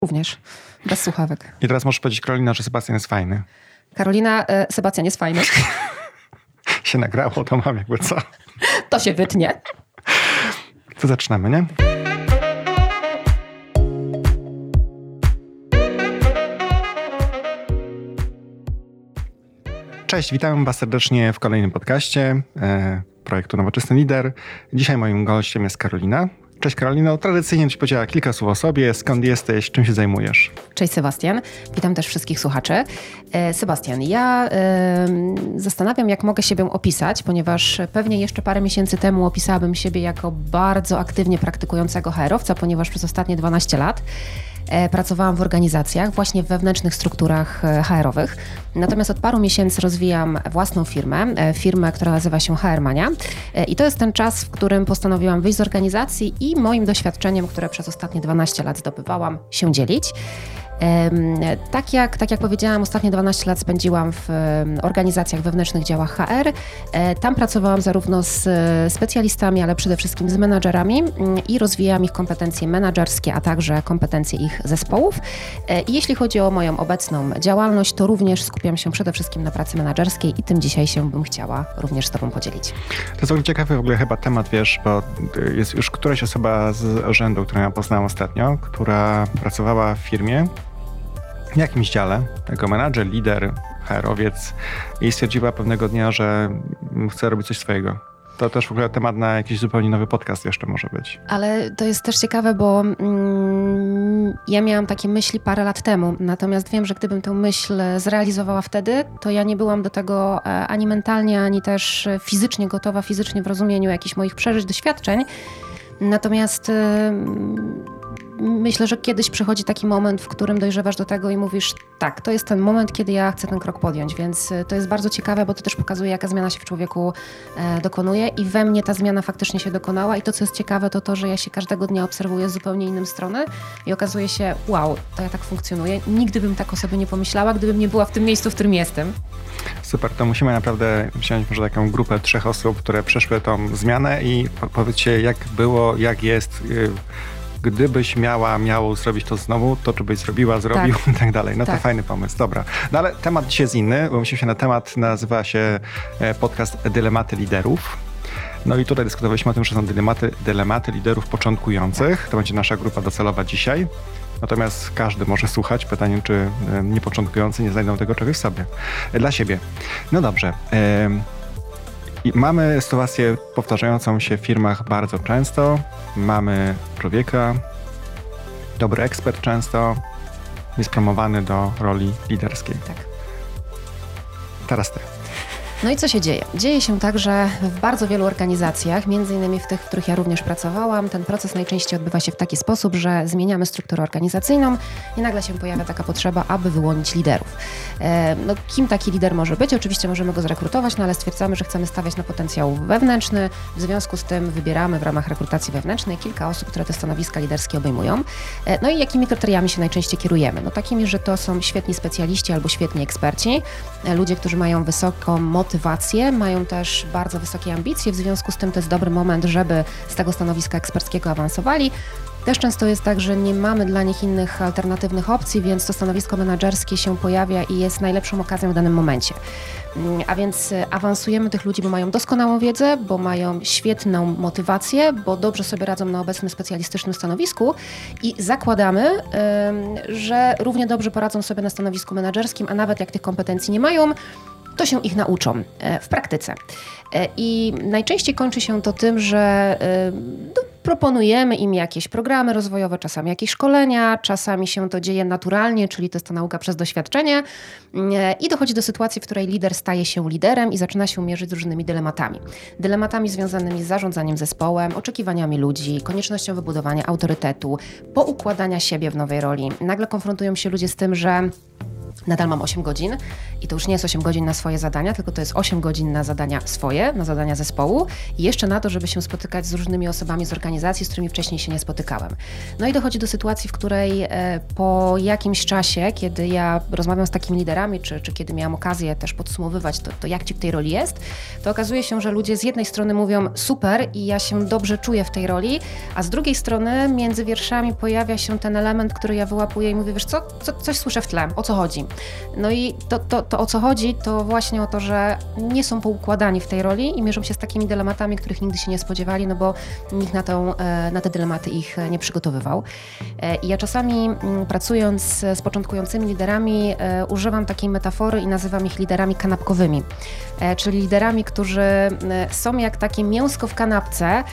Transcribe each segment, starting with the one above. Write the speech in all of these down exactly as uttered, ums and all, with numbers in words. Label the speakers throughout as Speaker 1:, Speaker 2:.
Speaker 1: Również, bez słuchawek.
Speaker 2: I teraz możesz powiedzieć, Karolina, że Sebastian jest fajny.
Speaker 1: Karolina, e, Sebastian jest fajny.
Speaker 2: się nagrało, to mam jakby co.
Speaker 1: To się wytnie.
Speaker 2: To zaczynamy, nie? Cześć, witam was serdecznie w kolejnym podcaście e, projektu Nowoczesny Lider. Dzisiaj moim gościem jest Karolina. Cześć Karolino, tradycyjnie ci powiedziała kilka słów o sobie, skąd jesteś, czym się zajmujesz.
Speaker 1: Cześć Sebastian, witam też wszystkich słuchaczy. E, Sebastian, ja e, zastanawiam, jak mogę siebie opisać, ponieważ pewnie jeszcze parę miesięcy temu opisałabym siebie jako bardzo aktywnie praktykującego H R-owca, ponieważ przez ostatnie dwanaście lat pracowałam w organizacjach, właśnie w wewnętrznych strukturach H R-owych. Natomiast od paru miesięcy rozwijam własną firmę, firmę, która nazywa się H R Mania. I to jest ten czas, w którym postanowiłam wyjść z organizacji i moim doświadczeniem, które przez ostatnie dwanaście lat zdobywałam, się dzielić. Tak jak, tak jak powiedziałam, ostatnie dwanaście lat spędziłam w organizacjach wewnętrznych działach H R. Tam pracowałam zarówno z specjalistami, ale przede wszystkim z menadżerami i rozwijałam ich kompetencje menadżerskie, a także kompetencje ich zespołów. I jeśli chodzi o moją obecną działalność, to również skupiam się przede wszystkim na pracy menadżerskiej i tym dzisiaj się bym chciała również z tobą podzielić.
Speaker 2: To jest ciekawy w ogóle chyba temat, wiesz, bo jest już któraś osoba z urzędu, którą ja poznałem ostatnio, która pracowała w firmie, w jakimś dziale, jako menadżer, lider, H R-owiec i stwierdziła pewnego dnia, że chce robić coś swojego. To też w ogóle temat na jakiś zupełnie nowy podcast jeszcze może być.
Speaker 1: Ale to jest też ciekawe, bo mm, ja miałam takie myśli parę lat temu, natomiast wiem, że gdybym tę myśl zrealizowała wtedy, to ja nie byłam do tego ani mentalnie, ani też fizycznie gotowa, fizycznie w rozumieniu jakichś moich przeżyć, doświadczeń. Natomiast y, myślę, że kiedyś przychodzi taki moment, w którym dojrzewasz do tego i mówisz, tak, to jest ten moment, kiedy ja chcę ten krok podjąć, więc to jest bardzo ciekawe, bo to też pokazuje, jaka zmiana się w człowieku e, dokonuje i we mnie ta zmiana faktycznie się dokonała i to, co jest ciekawe, to to, że ja się każdego dnia obserwuję z zupełnie innym strony i okazuje się, wow, to ja tak funkcjonuję. Nigdy bym tak o sobie nie pomyślała, gdybym nie była w tym miejscu, w którym jestem.
Speaker 2: Super, to musimy naprawdę wziąć może taką grupę trzech osób, które przeszły tą zmianę i po- powiedzcie, jak było, jak jest, yy, gdybyś miała, miało zrobić to znowu, to czy byś zrobiła, zrobił tak. i tak dalej. No tak. To fajny pomysł, dobra. No ale temat dzisiaj jest inny, bo myślę się na temat, nazywa się podcast Dylematy Liderów. No i tutaj dyskutowaliśmy o tym, że są dylematy, dylematy liderów początkujących. To będzie nasza grupa docelowa dzisiaj. Natomiast każdy może słuchać. Pytanie, czy niepoczątkujący nie znajdą tego czegoś w sobie, dla siebie. No dobrze. I mamy sytuację powtarzającą się w firmach bardzo często. Mamy człowieka, dobry ekspert często, jest promowany do roli liderskiej.
Speaker 1: Tak.
Speaker 2: Teraz ty.
Speaker 1: No i co się dzieje? Dzieje się tak, że w bardzo wielu organizacjach, między innymi w tych, w których ja również pracowałam, ten proces najczęściej odbywa się w taki sposób, że zmieniamy strukturę organizacyjną i nagle się pojawia taka potrzeba, aby wyłonić liderów. E, no, kim taki lider może być? Oczywiście możemy go zrekrutować, no ale stwierdzamy, że chcemy stawiać na potencjał wewnętrzny. W związku z tym wybieramy w ramach rekrutacji wewnętrznej kilka osób, które te stanowiska liderskie obejmują. E, no i jakimi kryteriami się najczęściej kierujemy? No takimi, że to są świetni specjaliści albo świetni eksperci, e, ludzie, którzy mają wysoką motywację, motywacje, mają też bardzo wysokie ambicje, w związku z tym to jest dobry moment, żeby z tego stanowiska eksperckiego awansowali. Też często jest tak, że nie mamy dla nich innych alternatywnych opcji, więc to stanowisko menadżerskie się pojawia i jest najlepszą okazją w danym momencie. A więc awansujemy tych ludzi, bo mają doskonałą wiedzę, bo mają świetną motywację, bo dobrze sobie radzą na obecnym specjalistycznym stanowisku i zakładamy, że równie dobrze poradzą sobie na stanowisku menadżerskim, a nawet jak tych kompetencji nie mają, to się ich nauczą w praktyce. I najczęściej kończy się to tym, że no, proponujemy im jakieś programy rozwojowe, czasami jakieś szkolenia, czasami się to dzieje naturalnie, czyli to jest ta nauka przez doświadczenie i dochodzi do sytuacji, w której lider staje się liderem i zaczyna się mierzyć z różnymi dylematami. Dylematami związanymi z zarządzaniem zespołem, oczekiwaniami ludzi, koniecznością wybudowania autorytetu, poukładania siebie w nowej roli. Nagle konfrontują się ludzie z tym, że Nadal mam osiem godzin i to już nie jest osiem godzin na swoje zadania, tylko to jest osiem godzin na zadania swoje, na zadania zespołu i jeszcze na to, żeby się spotykać z różnymi osobami z organizacji, z którymi wcześniej się nie spotykałem. No i dochodzi do sytuacji, w której e, po jakimś czasie, kiedy ja rozmawiam z takimi liderami, czy, czy kiedy miałam okazję też podsumowywać to, to, jak ci w tej roli jest, to okazuje się, że ludzie z jednej strony mówią super i ja się dobrze czuję w tej roli, a z drugiej strony między wierszami pojawia się ten element, który ja wyłapuję i mówię, wiesz co, co coś słyszę w tle, o co chodzi? No i to, to, to o co chodzi, to właśnie o to, że nie są poukładani w tej roli i mierzą się z takimi dylematami, których nigdy się nie spodziewali, no bo nikt na, tą, na te dylematy ich nie przygotowywał. I ja czasami pracując z początkującymi liderami używam takiej metafory i nazywam ich liderami kanapkowymi, czyli liderami, którzy są jak takie mięsko w kanapce,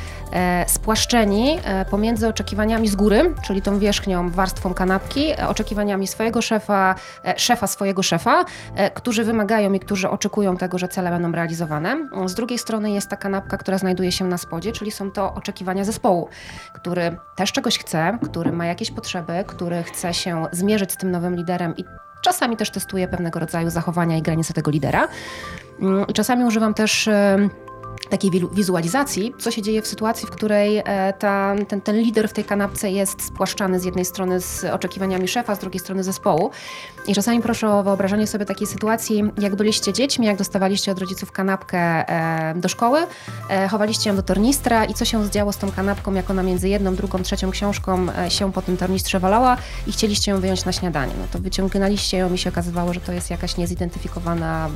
Speaker 1: spłaszczeni pomiędzy oczekiwaniami z góry, czyli tą wierzchnią warstwą kanapki, oczekiwaniami swojego szefa, szefa swojego szefa, którzy wymagają i którzy oczekują tego, że cele będą realizowane. Z drugiej strony jest ta kanapka, która znajduje się na spodzie, czyli są to oczekiwania zespołu, który też czegoś chce, który ma jakieś potrzeby, który chce się zmierzyć z tym nowym liderem i czasami też testuje pewnego rodzaju zachowania i granice tego lidera. I czasami używam też takiej wizualizacji, co się dzieje w sytuacji, w której ta, ten, ten lider w tej kanapce jest spłaszczany z jednej strony z oczekiwaniami szefa, z drugiej strony zespołu. I czasami proszę o wyobrażenie sobie takiej sytuacji, jak byliście dziećmi, jak dostawaliście od rodziców kanapkę do szkoły, chowaliście ją do tornistra i co się zdziało z tą kanapką, jak ona między jedną, drugą, trzecią książką się po tym tornistrze walała i chcieliście ją wyjąć na śniadanie. No to wyciągnęliście ją i się okazywało, że to jest jakaś niezidentyfikowana,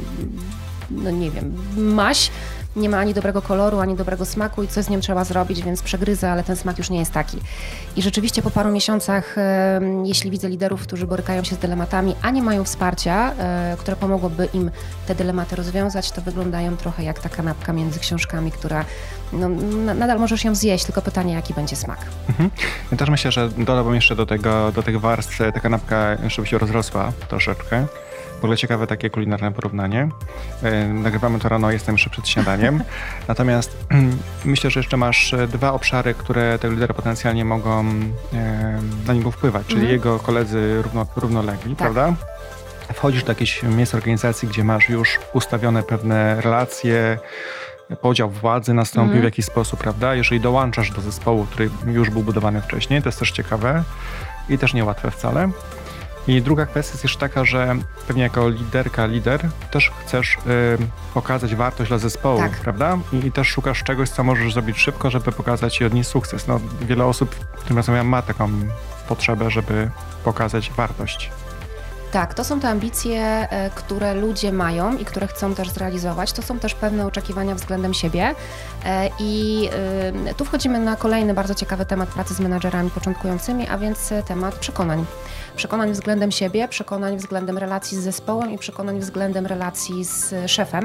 Speaker 1: no nie wiem, maś, nie ma ani dobrego koloru, ani dobrego smaku i coś z nią trzeba zrobić, więc przegryzę, ale ten smak już nie jest taki. I rzeczywiście po paru miesiącach, e, jeśli widzę liderów, którzy borykają się z dylematami, a nie mają wsparcia, e, które pomogłoby im te dylematy rozwiązać, to wyglądają trochę jak ta kanapka między książkami, która no, na, nadal możesz ją zjeść, tylko pytanie, jaki będzie smak. Mhm.
Speaker 2: Ja też myślę, że dodałbym jeszcze do tego, do tych warstw, ta kanapka jeszcze by się rozrosła troszeczkę. W ogóle ciekawe takie kulinarne porównanie. Nagrywamy to rano, jestem jeszcze przed śniadaniem. Natomiast myślę, że jeszcze masz dwa obszary, które te lidery potencjalnie mogą na niego wpływać, czyli mhm. jego koledzy równo, równolegli, tak. Prawda? Wchodzisz do jakiejś miejsca organizacji, gdzie masz już ustawione pewne relacje, podział władzy nastąpił mhm. w jakiś sposób, prawda? Jeżeli dołączasz do zespołu, który już był budowany wcześniej, to jest też ciekawe i też niełatwe wcale. I druga kwestia jest jeszcze taka, że pewnie jako liderka, lider też chcesz y, pokazać wartość dla zespołu, tak. Prawda? I, I też szukasz czegoś, co możesz zrobić szybko, żeby pokazać i odnieść sukces. No, wiele osób, z którymi rozmawiam, ma taką potrzebę, żeby pokazać wartość.
Speaker 1: Tak, to są te ambicje, które ludzie mają i które chcą też zrealizować. To są też pewne oczekiwania względem siebie i tu wchodzimy na kolejny bardzo ciekawy temat pracy z menadżerami początkującymi, a więc temat przekonań. Przekonań względem siebie, przekonań względem relacji z zespołem i przekonań względem relacji z szefem.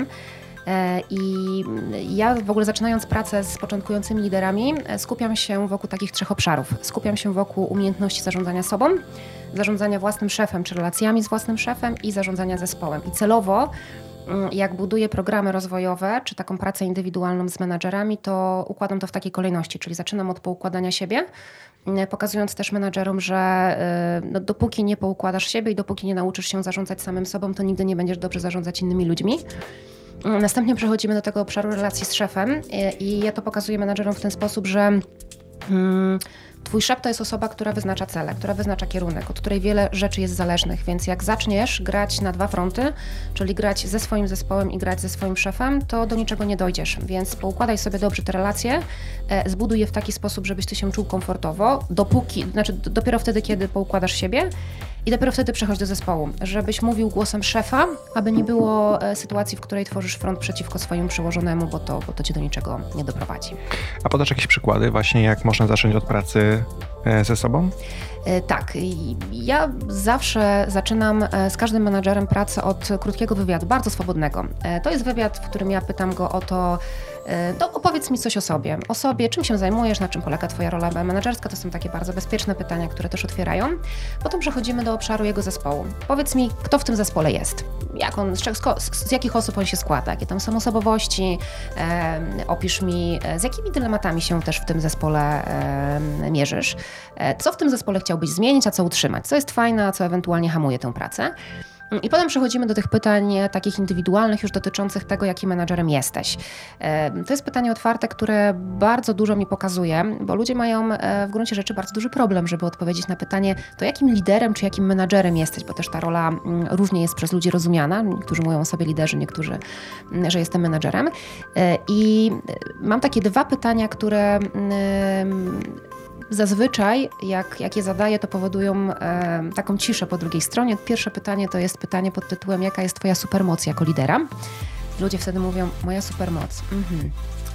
Speaker 1: I ja w ogóle zaczynając pracę z początkującymi liderami skupiam się wokół takich trzech obszarów. Skupiam się wokół umiejętności zarządzania sobą, zarządzania własnym szefem czy relacjami z własnym szefem i zarządzania zespołem. I celowo jak buduję programy rozwojowe czy taką pracę indywidualną z menadżerami, to układam to w takiej kolejności, czyli zaczynam od poukładania siebie, pokazując też menadżerom, że no, dopóki nie poukładasz siebie i dopóki nie nauczysz się zarządzać samym sobą, to nigdy nie będziesz dobrze zarządzać innymi ludźmi. Następnie przechodzimy do tego obszaru relacji z szefem i ja to pokazuję menadżerom w ten sposób, że hmm, twój szef to jest osoba, która wyznacza cele, która wyznacza kierunek, od której wiele rzeczy jest zależnych, więc jak zaczniesz grać na dwa fronty, czyli grać ze swoim zespołem i grać ze swoim szefem, to do niczego nie dojdziesz, więc poukładaj sobie dobrze te relacje, e, zbuduj je w taki sposób, żebyś ty się czuł komfortowo, dopóki, znaczy dopiero wtedy, kiedy poukładasz siebie i dopiero wtedy przechodź do zespołu, żebyś mówił głosem szefa, aby nie było e, sytuacji, w której tworzysz front przeciwko swojemu przełożonemu, bo to, bo to cię do niczego nie doprowadzi.
Speaker 2: A podasz jakieś przykłady właśnie, jak można zacząć od pracy ze sobą?
Speaker 1: Tak. Ja zawsze zaczynam z każdym menadżerem pracę od krótkiego wywiadu, bardzo swobodnego. To jest wywiad, w którym ja pytam go o to, to opowiedz mi coś o sobie. O sobie, czym się zajmujesz, na czym polega twoja rola menadżerska. To są takie bardzo bezpieczne pytania, które też otwierają. Potem przechodzimy do obszaru jego zespołu. Powiedz mi, kto w tym zespole jest? Jak on, z, z, z jakich osób on się składa? Jakie tam są osobowości? E, opisz mi, z jakimi dylematami się też w tym zespole e, mierzysz? E, co w tym zespole chciałbyś zmienić, a co utrzymać? Co jest fajne, a co ewentualnie hamuje tę pracę? I potem przechodzimy do tych pytań takich indywidualnych, już dotyczących tego, jakim menadżerem jesteś. To jest pytanie otwarte, które bardzo dużo mi pokazuje, bo ludzie mają w gruncie rzeczy bardzo duży problem, żeby odpowiedzieć na pytanie, to jakim liderem czy jakim menadżerem jesteś, bo też ta rola różnie jest przez ludzi rozumiana. Niektórzy mówią o sobie liderzy, niektórzy, że jestem menadżerem. I mam takie dwa pytania, które zazwyczaj, jak, jak je zadaję, to powodują e, taką ciszę po drugiej stronie. Pierwsze pytanie to jest pytanie pod tytułem, jaka jest twoja supermoc jako lidera? Ludzie wtedy mówią, moja supermoc. Mhm.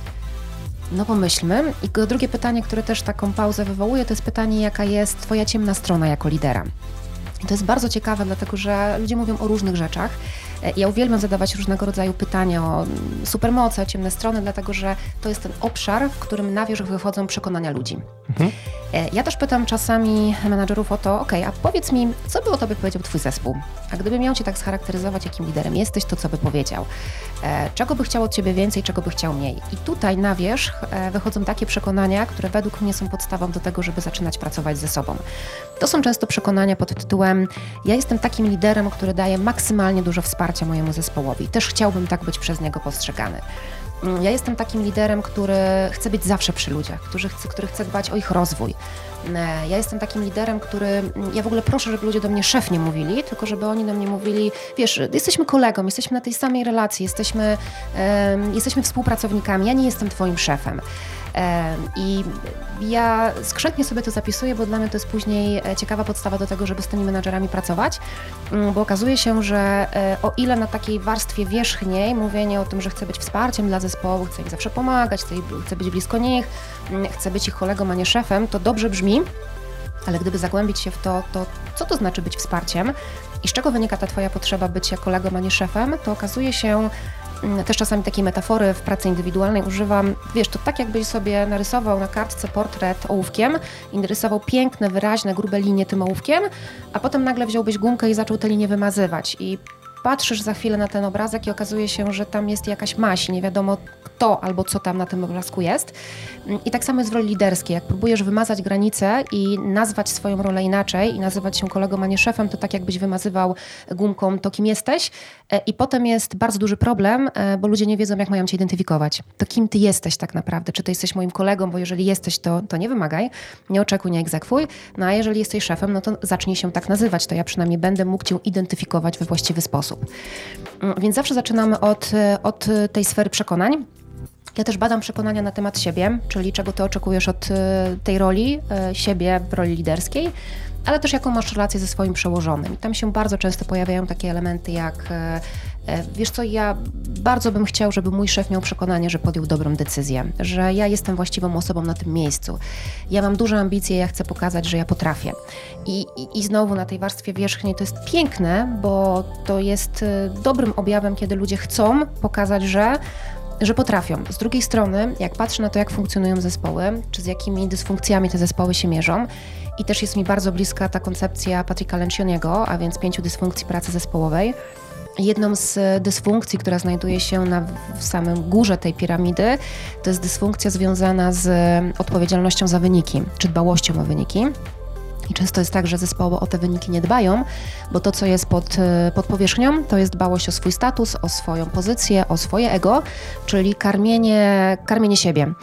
Speaker 1: No pomyślmy. I drugie pytanie, które też taką pauzę wywołuje, to jest pytanie, jaka jest twoja ciemna strona jako lidera? I to jest bardzo ciekawe, dlatego że ludzie mówią o różnych rzeczach. Ja uwielbiam zadawać różnego rodzaju pytania o supermoce, o ciemne strony, dlatego że to jest ten obszar, w którym na wierzch wychodzą przekonania ludzi. Mhm. Ja też pytam czasami menadżerów o to, ok, a powiedz mi, co by o tobie powiedział twój zespół? A gdyby miał cię tak scharakteryzować, jakim liderem jesteś, to co by powiedział? Czego by chciał od ciebie więcej, czego by chciał mniej? I tutaj na wierzch wychodzą takie przekonania, które według mnie są podstawą do tego, żeby zaczynać pracować ze sobą. To są często przekonania pod tytułem, ja jestem takim liderem, który daje maksymalnie dużo wsparcia mojemu zespołowi. Też chciałbym tak być przez niego postrzegany. Ja jestem takim liderem, który chce być zawsze przy ludziach, który chce, który chce dbać o ich rozwój. Ja jestem takim liderem, który, ja w ogóle proszę, żeby ludzie do mnie szef nie mówili, tylko żeby oni do mnie mówili, wiesz, jesteśmy kolegą, jesteśmy na tej samej relacji, jesteśmy, um, jesteśmy współpracownikami, ja nie jestem twoim szefem. I ja skrzętnie sobie to zapisuję, bo dla mnie to jest później ciekawa podstawa do tego, żeby z tymi menadżerami pracować, bo okazuje się, że o ile na takiej warstwie wierzchniej mówienie o tym, że chcę być wsparciem dla zespołu, chcę im zawsze pomagać, chcę, chcę być blisko nich, chcę być ich kolegą, a nie szefem, to dobrze brzmi, ale gdyby zagłębić się w to, to co to znaczy być wsparciem i z czego wynika ta twoja potrzeba bycia kolegą, a nie szefem, to okazuje się, też czasami takiej metafory w pracy indywidualnej używam, wiesz, to tak jakbyś sobie narysował na kartce portret ołówkiem i narysował piękne, wyraźne, grube linie tym ołówkiem, a potem nagle wziąłbyś gumkę i zaczął te linie wymazywać i patrzysz za chwilę na ten obrazek i okazuje się, że tam jest jakaś maź, nie wiadomo kto albo co tam na tym obrazku jest. I tak samo jest w roli liderskiej. Jak próbujesz wymazać granice i nazwać swoją rolę inaczej i nazywać się kolegą, a nie szefem, to tak jakbyś wymazywał gumką to, kim jesteś. I potem jest bardzo duży problem, bo ludzie nie wiedzą, jak mają cię identyfikować. To kim ty jesteś tak naprawdę? Czy ty jesteś moim kolegą, bo jeżeli jesteś, to, to nie wymagaj, nie oczekuj, nie egzekwuj. No a jeżeli jesteś szefem, no to zacznij się tak nazywać. To ja przynajmniej będę mógł cię identyfikować we właściwy sposób. Więc zawsze zaczynamy od, od tej sfery przekonań. Ja też badam przekonania na temat siebie, czyli czego ty oczekujesz od tej roli, siebie w roli liderskiej, ale też jaką masz relację ze swoim przełożonym. I tam się bardzo często pojawiają takie elementy jak, wiesz co, ja bardzo bym chciał, żeby mój szef miał przekonanie, że podjął dobrą decyzję, że ja jestem właściwą osobą na tym miejscu. Ja mam duże ambicje, ja chcę pokazać, że ja potrafię. I, i, i znowu na tej warstwie wierzchniej to jest piękne, bo to jest dobrym objawem, kiedy ludzie chcą pokazać, że że potrafią. Z drugiej strony, jak patrzę na to, jak funkcjonują zespoły, czy z jakimi dysfunkcjami te zespoły się mierzą, i też jest mi bardzo bliska ta koncepcja Patricka Lencioniego, a więc pięciu dysfunkcji pracy zespołowej. Jedną z dysfunkcji, która znajduje się na w samym górze tej piramidy, to jest dysfunkcja związana z odpowiedzialnością za wyniki, czy dbałością o wyniki. I często jest tak, że zespoły o te wyniki nie dbają, bo to, co jest pod, pod powierzchnią, to jest dbałość o swój status, o swoją pozycję, o swoje ego, czyli karmienie, karmienie siebie.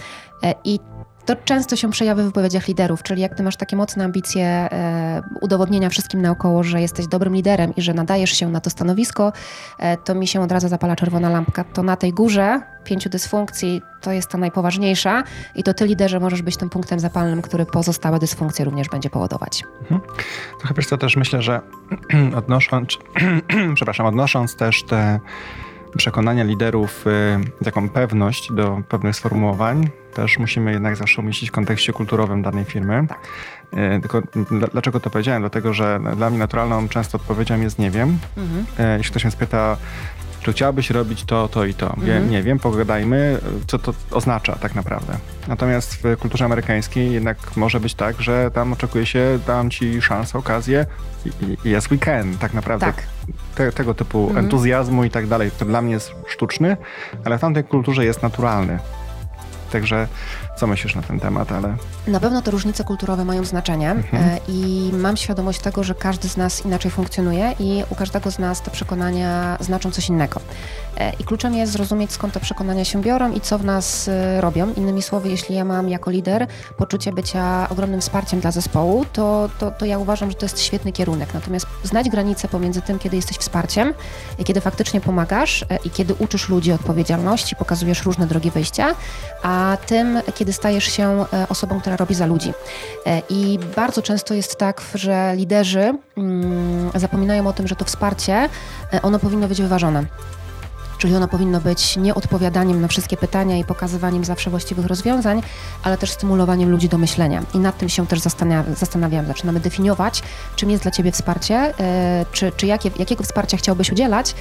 Speaker 1: I to często się przejawia w wypowiedziach liderów, czyli jak ty masz takie mocne ambicje e, udowodnienia wszystkim naokoło, że jesteś dobrym liderem i że nadajesz się na to stanowisko, e, to mi się od razu zapala czerwona lampka. To na tej górze pięciu dysfunkcji to jest ta najpoważniejsza i to ty, liderze, możesz być tym punktem zapalnym, który pozostałe dysfunkcje również będzie powodować.
Speaker 2: Mhm. Trochę wiesz co, też myślę, że odnosząc, przepraszam, odnosząc też te przekonania liderów, y, taką pewność do pewnych sformułowań, też musimy jednak zawsze umieścić w kontekście kulturowym danej firmy. Tak. Y, tylko d- dlaczego to powiedziałem? Dlatego, że dla mnie naturalną często odpowiedzią jest nie wiem. Mhm. Y, jeśli ktoś mnie spyta, czy chciałabyś robić to, to i to? Wie, mhm. Nie wiem, pogadajmy, co to oznacza tak naprawdę. Natomiast w kulturze amerykańskiej jednak może być tak, że tam oczekuje się, dam ci szansę, okazję i yes we can, tak naprawdę. Tak. Te, tego typu mhm. entuzjazmu i tak dalej, który dla mnie jest sztuczny, ale w tamtej kulturze jest naturalny. Także co myślisz na ten temat, ale...
Speaker 1: Na pewno te różnice kulturowe mają znaczenie mhm. i mam świadomość tego, że każdy z nas inaczej funkcjonuje i u każdego z nas te przekonania znaczą coś innego. I kluczem jest zrozumieć, skąd te przekonania się biorą i co w nas robią. Innymi słowy, jeśli ja mam jako lider poczucie bycia ogromnym wsparciem dla zespołu, to, to, to ja uważam, że to jest świetny kierunek. Natomiast znać granicę pomiędzy tym, kiedy jesteś wsparciem i kiedy faktycznie pomagasz i kiedy uczysz ludzi odpowiedzialności, pokazujesz różne drogi wyjścia, a tym, kiedy stajesz się osobą, która robi za ludzi. I bardzo często jest tak, że liderzy mm, zapominają o tym, że to wsparcie, ono powinno być wyważone. Czyli ono powinno być nie odpowiadaniem na wszystkie pytania i pokazywaniem zawsze właściwych rozwiązań, ale też stymulowaniem ludzi do myślenia. I nad tym się też zastanawiam. Zaczynamy definiować, czym jest dla Ciebie wsparcie, czy, czy jakie, jakiego wsparcia chciałbyś udzielać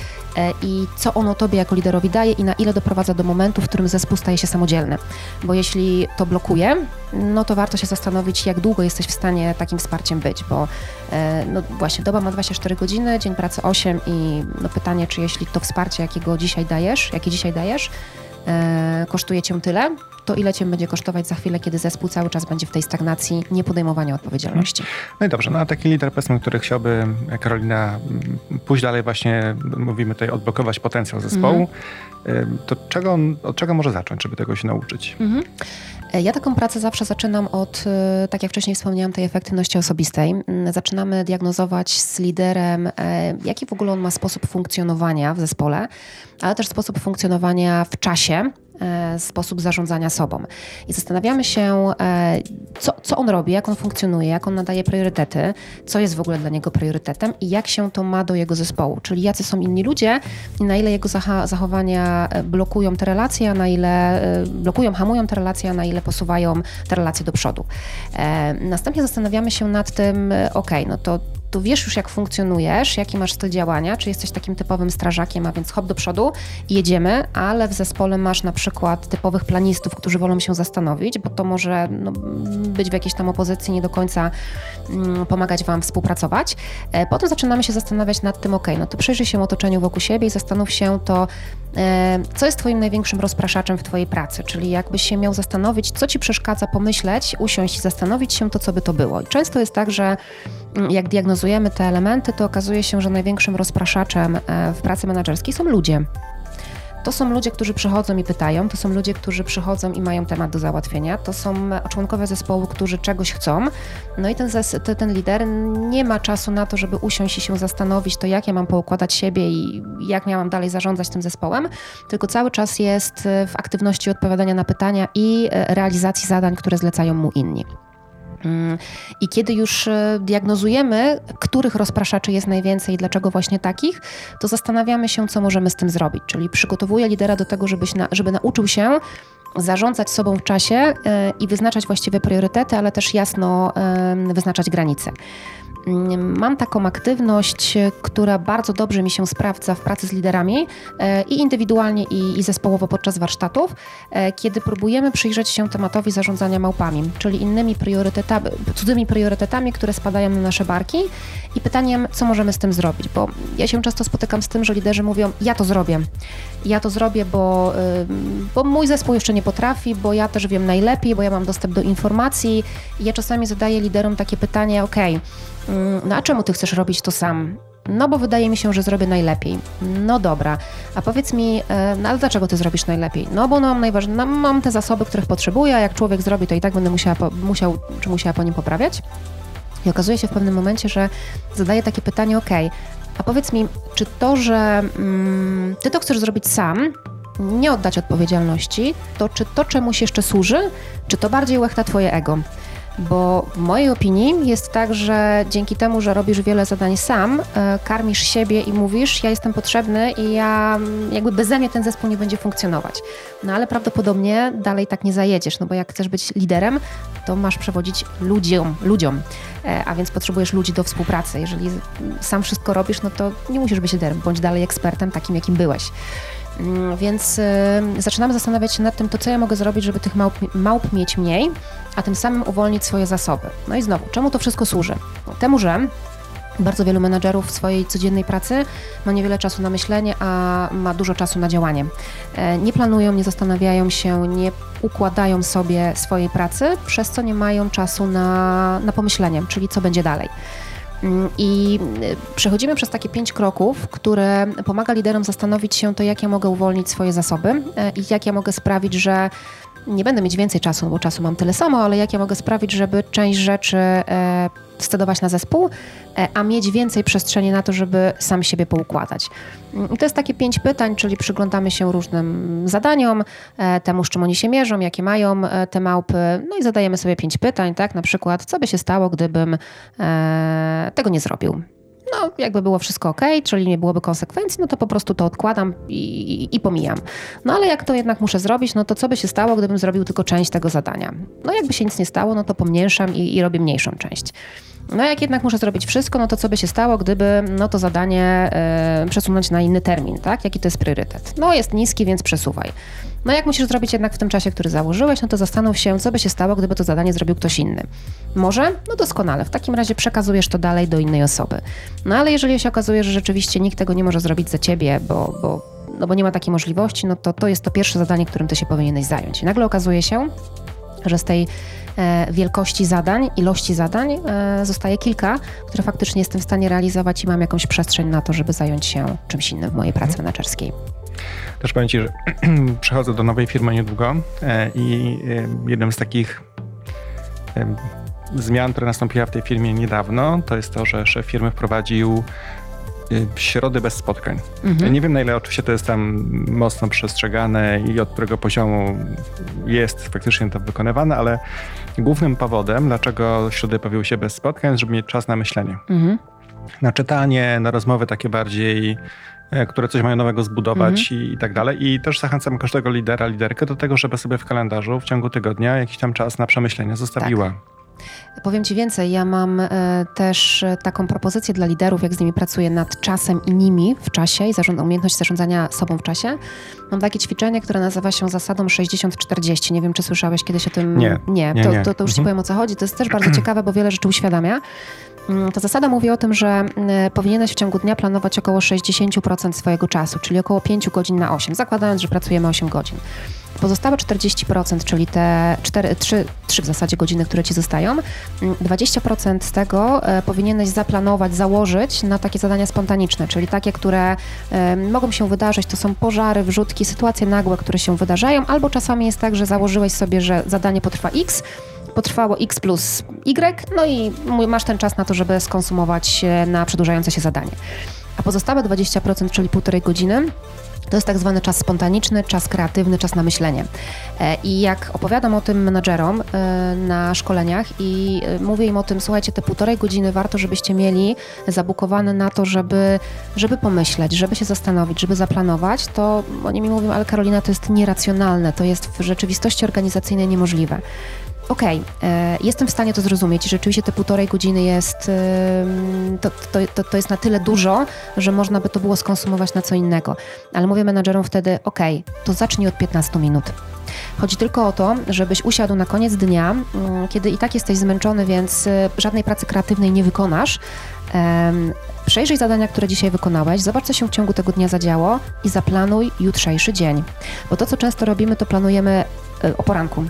Speaker 1: i co ono Tobie jako liderowi daje i na ile doprowadza do momentu, w którym zespół staje się samodzielny. Bo jeśli to blokuje, no to warto się zastanowić, jak długo jesteś w stanie takim wsparciem być, bo no właśnie doba ma dwadzieścia cztery godziny, dzień pracy osiem i no pytanie, czy jeśli to wsparcie, jakiego dzisiaj dajesz, jakie dzisiaj dajesz, e, kosztuje Cię tyle, to ile Cię będzie kosztować za chwilę, kiedy zespół cały czas będzie w tej stagnacji niepodejmowania odpowiedzialności.
Speaker 2: No i dobrze, no a taki lider, powiedzmy, który chciałby, Karolina, pójść dalej właśnie, mówimy tutaj, odblokować potencjał zespołu, mm. to czego, od czego może zacząć, żeby tego się nauczyć? Mm-hmm.
Speaker 1: Ja taką pracę zawsze zaczynam od, tak jak wcześniej wspomniałam, tej efektywności osobistej. Zaczynamy diagnozować z liderem, jaki w ogóle on ma sposób funkcjonowania w zespole, ale też sposób funkcjonowania w czasie, sposób zarządzania sobą. I zastanawiamy się, co, co on robi, jak on funkcjonuje, jak on nadaje priorytety, co jest w ogóle dla niego priorytetem i jak się to ma do jego zespołu, czyli jacy są inni ludzie i na ile jego zachowania blokują te relacje, a na ile blokują, hamują te relacje, a na ile posuwają te relacje do przodu. Następnie zastanawiamy się nad tym, ok, no to tu wiesz już, jak funkcjonujesz, jaki masz styl działania, czy jesteś takim typowym strażakiem, a więc hop do przodu i jedziemy, ale w zespole masz na przykład typowych planistów, którzy wolą się zastanowić, bo to może no, być w jakiejś tam opozycji, nie do końca mm, pomagać Wam współpracować. E, potem zaczynamy się zastanawiać nad tym, ok, no to przyjrzyj się otoczeniu wokół siebie i zastanów się to, e, co jest Twoim największym rozpraszaczem w Twojej pracy, czyli jakbyś się miał zastanowić, co Ci przeszkadza pomyśleć, usiąść i zastanowić się to, co by to było. I często jest tak, że jak diagnozujemy te elementy, to okazuje się, że największym rozpraszaczem w pracy menedżerskiej są ludzie. To są ludzie, którzy przychodzą i pytają, to są ludzie, którzy przychodzą i mają temat do załatwienia, to są członkowie zespołu, którzy czegoś chcą, no i ten, zes- ten lider nie ma czasu na to, żeby usiąść i się zastanowić, to jak ja mam poukładać siebie i jak miałam dalej zarządzać tym zespołem, tylko cały czas jest w aktywności odpowiadania na pytania i realizacji zadań, które zlecają mu inni. I kiedy już diagnozujemy, których rozpraszaczy jest najwięcej i dlaczego właśnie takich, to zastanawiamy się, co możemy z tym zrobić. Czyli przygotowuję lidera do tego, żebyś na, żeby nauczył się zarządzać sobą w czasie i wyznaczać właściwe priorytety, ale też jasno wyznaczać granice. Mam taką aktywność, która bardzo dobrze mi się sprawdza w pracy z liderami i indywidualnie, i, i zespołowo podczas warsztatów, kiedy próbujemy przyjrzeć się tematowi zarządzania małpami, czyli innymi priorytetami, cudzymi priorytetami, które spadają na nasze barki i pytaniem, co możemy z tym zrobić, bo ja się często spotykam z tym, że liderzy mówią, ja to zrobię, ja to zrobię, bo, bo mój zespół jeszcze nie potrafi, bo ja też wiem najlepiej, bo ja mam dostęp do informacji i ja czasami zadaję liderom takie pytanie, okej, okay, no a czemu ty chcesz robić to sam? No bo wydaje mi się, że zrobię najlepiej. No dobra, a powiedz mi, no ale dlaczego ty zrobisz najlepiej? No bo no, mam, najważ... no, mam te zasoby, których potrzebuję, a jak człowiek zrobi, to i tak będę musiała po... musiał, czy musiała po nim poprawiać. I okazuje się w pewnym momencie, że zadaję takie pytanie, okej, okay, a powiedz mi, czy to, że mm, ty to chcesz zrobić sam, nie oddać odpowiedzialności, to czy to czemuś jeszcze służy, czy to bardziej łechta twoje ego? Bo w mojej opinii jest tak, że dzięki temu, że robisz wiele zadań sam, karmisz siebie i mówisz, ja jestem potrzebny i ja jakby beze mnie ten zespół nie będzie funkcjonować. No ale prawdopodobnie dalej tak nie zajedziesz, no bo jak chcesz być liderem, to masz przewodzić ludziom, ludziom, a więc potrzebujesz ludzi do współpracy. Jeżeli sam wszystko robisz, no to nie musisz być liderem, bądź dalej ekspertem takim, jakim byłeś. Więc y, zaczynamy zastanawiać się nad tym, to co ja mogę zrobić, żeby tych małp, małp mieć mniej, a tym samym uwolnić swoje zasoby. No i znowu, czemu to wszystko służy? Temu, że Bardzo wielu menadżerów w swojej codziennej pracy ma niewiele czasu na myślenie, a ma dużo czasu na działanie. Nie planują, nie zastanawiają się, nie układają sobie swojej pracy, przez co nie mają czasu na, na pomyślenie, czyli co będzie dalej. I przechodzimy przez takie pięć kroków, które pomaga liderom zastanowić się to, jak ja mogę uwolnić swoje zasoby i jak ja mogę sprawić, że nie będę mieć więcej czasu, bo czasu mam tyle samo, ale jak ja mogę sprawić, żeby część rzeczy e, scedować na zespół, e, a mieć więcej przestrzeni na to, żeby sam siebie poukładać. I to jest takie pięć pytań, czyli przyglądamy się różnym zadaniom, e, temu, z czym oni się mierzą, jakie mają e, te małpy, no i zadajemy sobie pięć pytań, tak, na przykład, co by się stało, gdybym e, tego nie zrobił. No, jakby było wszystko ok, czyli nie byłoby konsekwencji, no to po prostu to odkładam i, i, i pomijam. No ale jak to jednak muszę zrobić, no to co by się stało, gdybym zrobił tylko część tego zadania? No jakby się nic nie stało, no to pomniejszam i, i robię mniejszą część. No jak jednak muszę zrobić wszystko, no to co by się stało, gdyby no to zadanie y, przesunąć na inny termin, tak? Jaki to jest priorytet? No jest niski, więc przesuwaj. No jak musisz zrobić jednak w tym czasie, który założyłeś, no to zastanów się, co by się stało, gdyby to zadanie zrobił ktoś inny. Może? No doskonale. W takim razie przekazujesz to dalej do innej osoby. No ale jeżeli się okazuje, że rzeczywiście nikt tego nie może zrobić za ciebie, bo, bo, no bo nie ma takiej możliwości, no to to jest to pierwsze zadanie, którym ty się powinieneś zająć. I nagle okazuje się, że z tej e, wielkości zadań, ilości zadań e, zostaje kilka, które faktycznie jestem w stanie realizować i mam jakąś przestrzeń na to, żeby zająć się czymś innym w mojej pracy menedżerskiej.
Speaker 2: Też powiem Ci, że przechodzę do nowej firmy niedługo e, i e, jednym z takich e, zmian, która nastąpiła w tej firmie niedawno, to jest to, że szef firmy wprowadził środy bez spotkań. Mhm. Nie wiem, na ile oczywiście to jest tam mocno przestrzegane i od którego poziomu jest faktycznie to wykonywane, ale głównym powodem, dlaczego środy pojawiły się bez spotkań, żeby mieć czas na myślenie. Mhm. Na czytanie, na rozmowy takie bardziej, które coś mają nowego zbudować mhm. i, i tak dalej. I też zachęcam każdego lidera, liderkę do tego, żeby sobie w kalendarzu w ciągu tygodnia jakiś tam czas na przemyślenie zostawiła. Tak.
Speaker 1: Powiem Ci więcej, ja mam e, też taką propozycję dla liderów, jak z nimi pracuję nad czasem i nimi w czasie i zarząd, umiejętność zarządzania sobą w czasie. Mam takie ćwiczenie, które nazywa się zasadą sześćdziesiąt czterdzieści. Nie wiem, czy słyszałeś kiedyś o tym?
Speaker 2: Nie.
Speaker 1: Nie,
Speaker 2: nie,
Speaker 1: to,
Speaker 2: nie.
Speaker 1: to, to już Ci
Speaker 2: mhm.
Speaker 1: powiem, o co chodzi. To jest też bardzo ciekawe, bo wiele rzeczy uświadamia. Ta zasada mówi o tym, że powinieneś w ciągu dnia planować około sześćdziesiąt procent swojego czasu, czyli około pięć godzin na osiem, zakładając, że pracujemy osiem godzin. Pozostałe czterdzieści procent, czyli te cztery, trzy, trzy w zasadzie godziny, które Ci zostają, dwadzieścia procent z tego powinieneś zaplanować, założyć na takie zadania spontaniczne, czyli takie, które mogą się wydarzyć, to są pożary, wrzutki, sytuacje nagłe, które się wydarzają, albo czasami jest tak, że założyłeś sobie, że zadanie potrwa X, potrwało X plus Y, no i masz ten czas na to, żeby skonsumować na przedłużające się zadanie. A pozostałe dwadzieścia procent, czyli półtorej godziny, to jest tak zwany czas spontaniczny, czas kreatywny, czas na myślenie. I jak opowiadam o tym menadżerom na szkoleniach i mówię im o tym, słuchajcie, te półtorej godziny warto, żebyście mieli zabukowane na to, żeby, żeby pomyśleć, żeby się zastanowić, żeby zaplanować, to oni mi mówią, ale Karolina, to jest nieracjonalne, to jest w rzeczywistości organizacyjnej niemożliwe. Okej, okay, jestem w stanie to zrozumieć i rzeczywiście te półtorej godziny jest, to, to, to, to jest na tyle dużo, że można by to było skonsumować na co innego. Ale mówię menadżerom wtedy, okej, okay, to zacznij od piętnastu minut. Chodzi tylko o to, żebyś usiadł na koniec dnia, kiedy i tak jesteś zmęczony, więc żadnej pracy kreatywnej nie wykonasz. Przejrzyj zadania, które dzisiaj wykonałeś, zobacz, co się w ciągu tego dnia zadziało i zaplanuj jutrzejszy dzień. Bo to, co często robimy, to planujemy o poranku.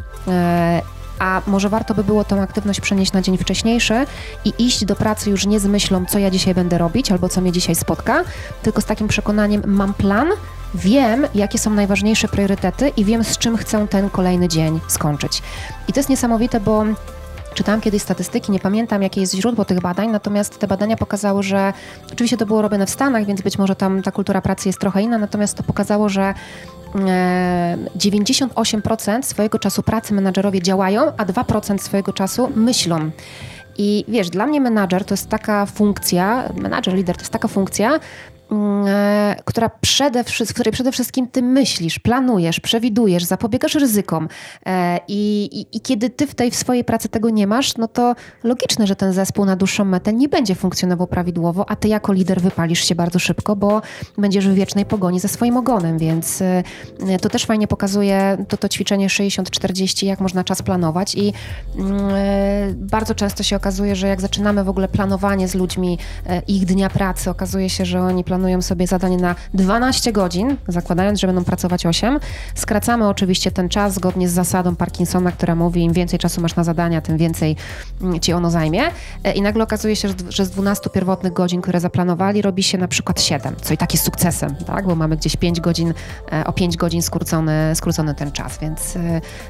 Speaker 1: A może warto by było tą aktywność przenieść na dzień wcześniejszy i iść do pracy już nie z myślą, co ja dzisiaj będę robić albo co mnie dzisiaj spotka, tylko z takim przekonaniem, mam plan, wiem, jakie są najważniejsze priorytety i wiem, z czym chcę ten kolejny dzień skończyć. I to jest niesamowite, bo czytałam kiedyś statystyki, nie pamiętam, jakie jest źródło tych badań, natomiast te badania pokazały, że oczywiście to było robione w Stanach, więc być może tam ta kultura pracy jest trochę inna, natomiast to pokazało, że dziewięćdziesiąt osiem procent swojego czasu pracy menadżerowie działają, a dwa procent swojego czasu myślą. I wiesz, dla mnie menadżer to jest taka funkcja, menadżer, lider to jest taka funkcja, która przede, w której przede wszystkim ty myślisz, planujesz, przewidujesz, zapobiegasz ryzykom i, i, i kiedy ty w tej w swojej pracy tego nie masz, no to logiczne, że ten zespół na dłuższą metę nie będzie funkcjonował prawidłowo, a ty jako lider wypalisz się bardzo szybko, bo będziesz w wiecznej pogoni ze swoim ogonem, więc to też fajnie pokazuje to, to ćwiczenie sześćdziesiąt czterdzieści, jak można czas planować i bardzo często się okazuje, że jak zaczynamy w ogóle planowanie z ludźmi ich dnia pracy, okazuje się, że oni planują sobie zadanie na dwanaście godzin, zakładając, że będą pracować osiem. Skracamy oczywiście ten czas zgodnie z zasadą Parkinsona, która mówi, im więcej czasu masz na zadania, tym więcej ci ono zajmie. I nagle okazuje się, że z dwunastu pierwotnych godzin, które zaplanowali, robi się na przykład siedem, co i tak jest sukcesem, tak? Bo mamy gdzieś pięć godzin, o pięć godzin skrócony, skrócony ten czas, więc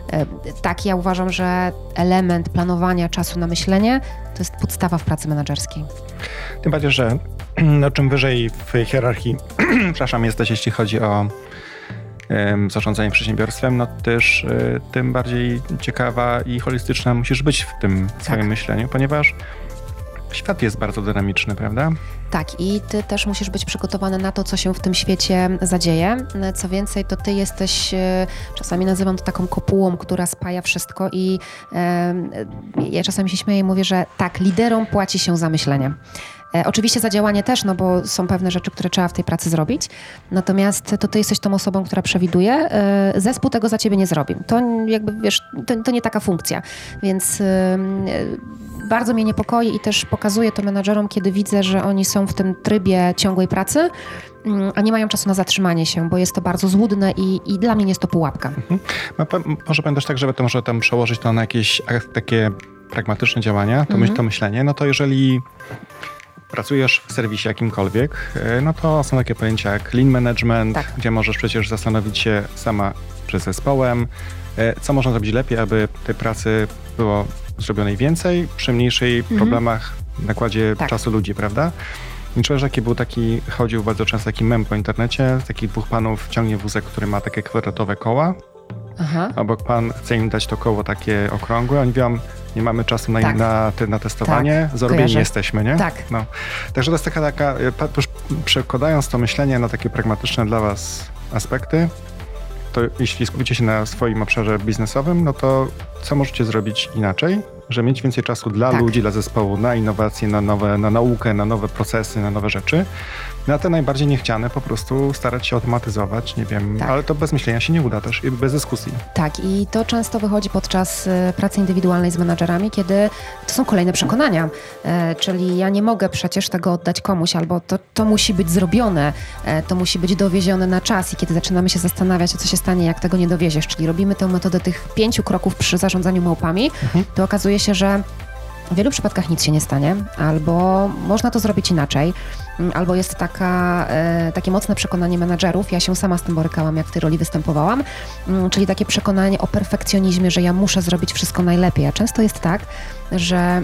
Speaker 1: tak ja uważam, że element planowania czasu na myślenie to jest podstawa w pracy menedżerskiej.
Speaker 2: Tym bardziej, że no, czym wyżej w hierarchii przepraszam, jesteś, jeśli chodzi o um, zarządzanie przedsiębiorstwem, no też y, tym bardziej ciekawa i holistyczna musisz być w tym tak. swoim myśleniu, ponieważ świat jest bardzo dynamiczny, prawda?
Speaker 1: Tak, i ty też musisz być przygotowany na to, co się w tym świecie zadzieje. Co więcej, to ty jesteś, czasami nazywam to taką kopułą, która spaja wszystko i e, ja czasami się śmieję i mówię, że tak, liderom płaci się za myślenie. E, oczywiście za działanie też, no bo są pewne rzeczy, które trzeba w tej pracy zrobić. Natomiast to ty jesteś tą osobą, która przewiduje. E, zespół tego za ciebie nie zrobi. To jakby, wiesz, to, to nie taka funkcja. Więc e, bardzo mnie niepokoi i też pokazuję to menadżerom, kiedy widzę, że oni są w tym trybie ciągłej pracy, a nie mają czasu na zatrzymanie się, bo jest to bardzo złudne i, i dla mnie jest to pułapka. Mhm.
Speaker 2: Może pamiętasz tak, żeby to może tam przełożyć to na jakieś takie pragmatyczne działania, to, mhm. myśl, to myślenie, no to jeżeli pracujesz w serwisie jakimkolwiek, no to są takie pojęcia jak lean management, tak. gdzie możesz przecież zastanowić się sama przed zespołem, co można zrobić lepiej, aby tej pracy było zrobionej więcej, przy mniejszej mhm. problemach w nakładzie tak. czasu ludzi, prawda? I czuję, że taki był taki, chodził bardzo często taki mem po internecie, z takich dwóch panów ciągnie wózek, który ma takie kwadratowe koła. Aha. Obok pan chce im dać to koło takie okrągłe, oni mówią, nie mamy czasu na, tak. na, te, na testowanie, tak. zarobieni jesteśmy, nie?
Speaker 1: Tak.
Speaker 2: No. Także to jest taka, taka, już przekładając to myślenie na takie pragmatyczne dla was aspekty, to jeśli skupicie się na swoim obszarze biznesowym, no to co możecie zrobić inaczej, żeby mieć więcej czasu dla tak. ludzi, dla zespołu, na innowacje, na nowe, na naukę, na nowe procesy, na nowe rzeczy. Na te najbardziej niechciane po prostu starać się automatyzować, nie wiem, tak. ale to bez myślenia się nie uda też i bez dyskusji.
Speaker 1: Tak, i to często wychodzi podczas pracy indywidualnej z menadżerami, kiedy to są kolejne przekonania, e, czyli ja nie mogę przecież tego oddać komuś, albo to, to musi być zrobione, e, to musi być dowiezione na czas i kiedy zaczynamy się zastanawiać, co się stanie, jak tego nie dowieziesz, czyli robimy tę metodę tych pięciu kroków przy zarządzaniu małpami, mhm. to okazuje się, że w wielu przypadkach nic się nie stanie, albo można to zrobić inaczej, albo jest taka, e, takie mocne przekonanie menadżerów, ja się sama z tym borykałam, jak w tej roli występowałam, m, czyli takie przekonanie o perfekcjonizmie, że ja muszę zrobić wszystko najlepiej, a często jest tak, że e,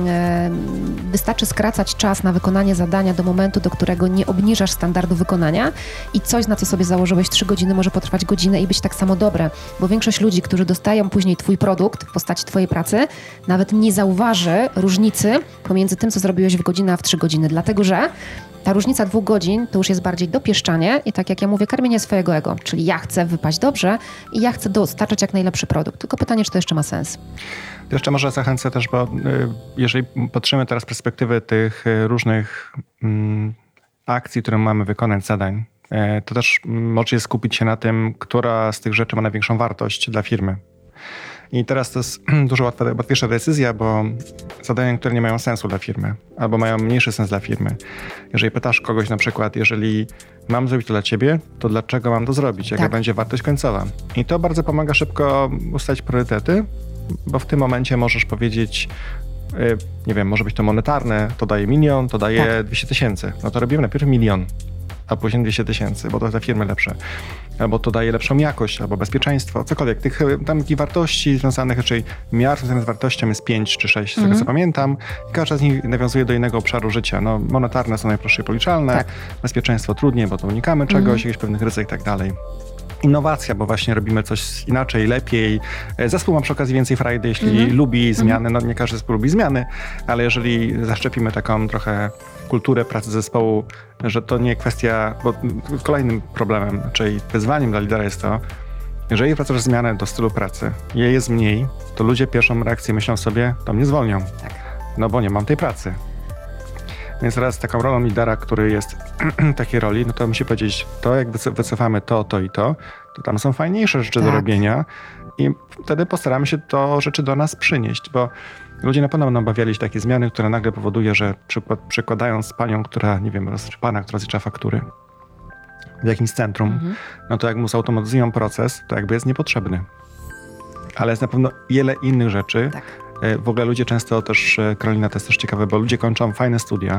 Speaker 1: wystarczy skracać czas na wykonanie zadania do momentu, do którego nie obniżasz standardu wykonania i coś, na co sobie założyłeś trzy godziny, może potrwać godzinę i być tak samo dobre, bo większość ludzi, którzy dostają później twój produkt w postaci twojej pracy, nawet nie zauważy różnicy pomiędzy tym, co zrobiłeś w godzinę, a w trzy godziny, dlatego że ta różnica dwóch godzin to już jest bardziej dopieszczanie i tak jak ja mówię, karmienie swojego ego, czyli ja chcę wypaść dobrze i ja chcę dostarczać jak najlepszy produkt. Tylko pytanie, czy to jeszcze ma sens?
Speaker 2: To jeszcze może zachęcę też, bo jeżeli patrzymy teraz z perspektywy tych różnych mm, akcji, które mamy wykonać, zadań, to też możecie skupić się na tym, która z tych rzeczy ma największą wartość dla firmy. I teraz to jest dużo łatwa, łatwiejsza decyzja, bo zadania, które nie mają sensu dla firmy, albo mają mniejszy sens dla firmy. Jeżeli pytasz kogoś na przykład, jeżeli mam zrobić to dla ciebie, to dlaczego mam to zrobić? Jaka tak. będzie wartość końcowa? I to bardzo pomaga szybko ustalić priorytety, bo w tym momencie możesz powiedzieć, nie wiem, może być to monetarne, to daje milion, to daje tak. dwieście tysięcy. No to robimy najpierw milion, a później dwieście tysięcy, bo to dla firmy lepsze. Albo to daje lepszą jakość, albo bezpieczeństwo, cokolwiek. Tych tam takich wartości związanych, raczej miar związanych z wartością jest pięć czy sześć, z tego mm-hmm. co pamiętam. I każda z nich nawiązuje do innego obszaru życia. No, monetarne są najprościej policzalne, tak. bezpieczeństwo trudniej, bo to unikamy czegoś, mm-hmm. jakichś pewnych ryzyk i tak dalej. innowacja, bo właśnie robimy coś inaczej, lepiej. Zespół ma przy okazji więcej frajdy, jeśli mhm. lubi zmiany. No nie każdy zespół lubi zmiany, ale jeżeli zaszczepimy taką trochę kulturę pracy zespołu, że to nie kwestia, bo kolejnym problemem, czyli wyzwaniem dla lidera jest to, jeżeli wprowadzasz zmianę do stylu pracy, jej jest mniej, to ludzie pierwszą reakcję myślą sobie, to mnie zwolnią, tak. no bo nie mam tej pracy. Więc teraz taką rolą lidera, który jest w takiej roli, no to musi powiedzieć, to jak wycofamy to, to i to, to tam są fajniejsze rzeczy tak. do robienia i wtedy postaramy się to rzeczy do nas przynieść, bo ludzie na pewno będą obawiali się takie zmiany, które nagle powoduje, że przykład, przykładając panią, która, nie wiem, roz, czy pana, która rozlicza faktury w jakimś centrum, mhm. no to jak mu zautomatyzują proces, to jakby jest niepotrzebny. Ale jest na pewno wiele innych rzeczy. Tak. W ogóle ludzie często też, Karolina, to jest też ciekawe, bo ludzie kończą fajne studia,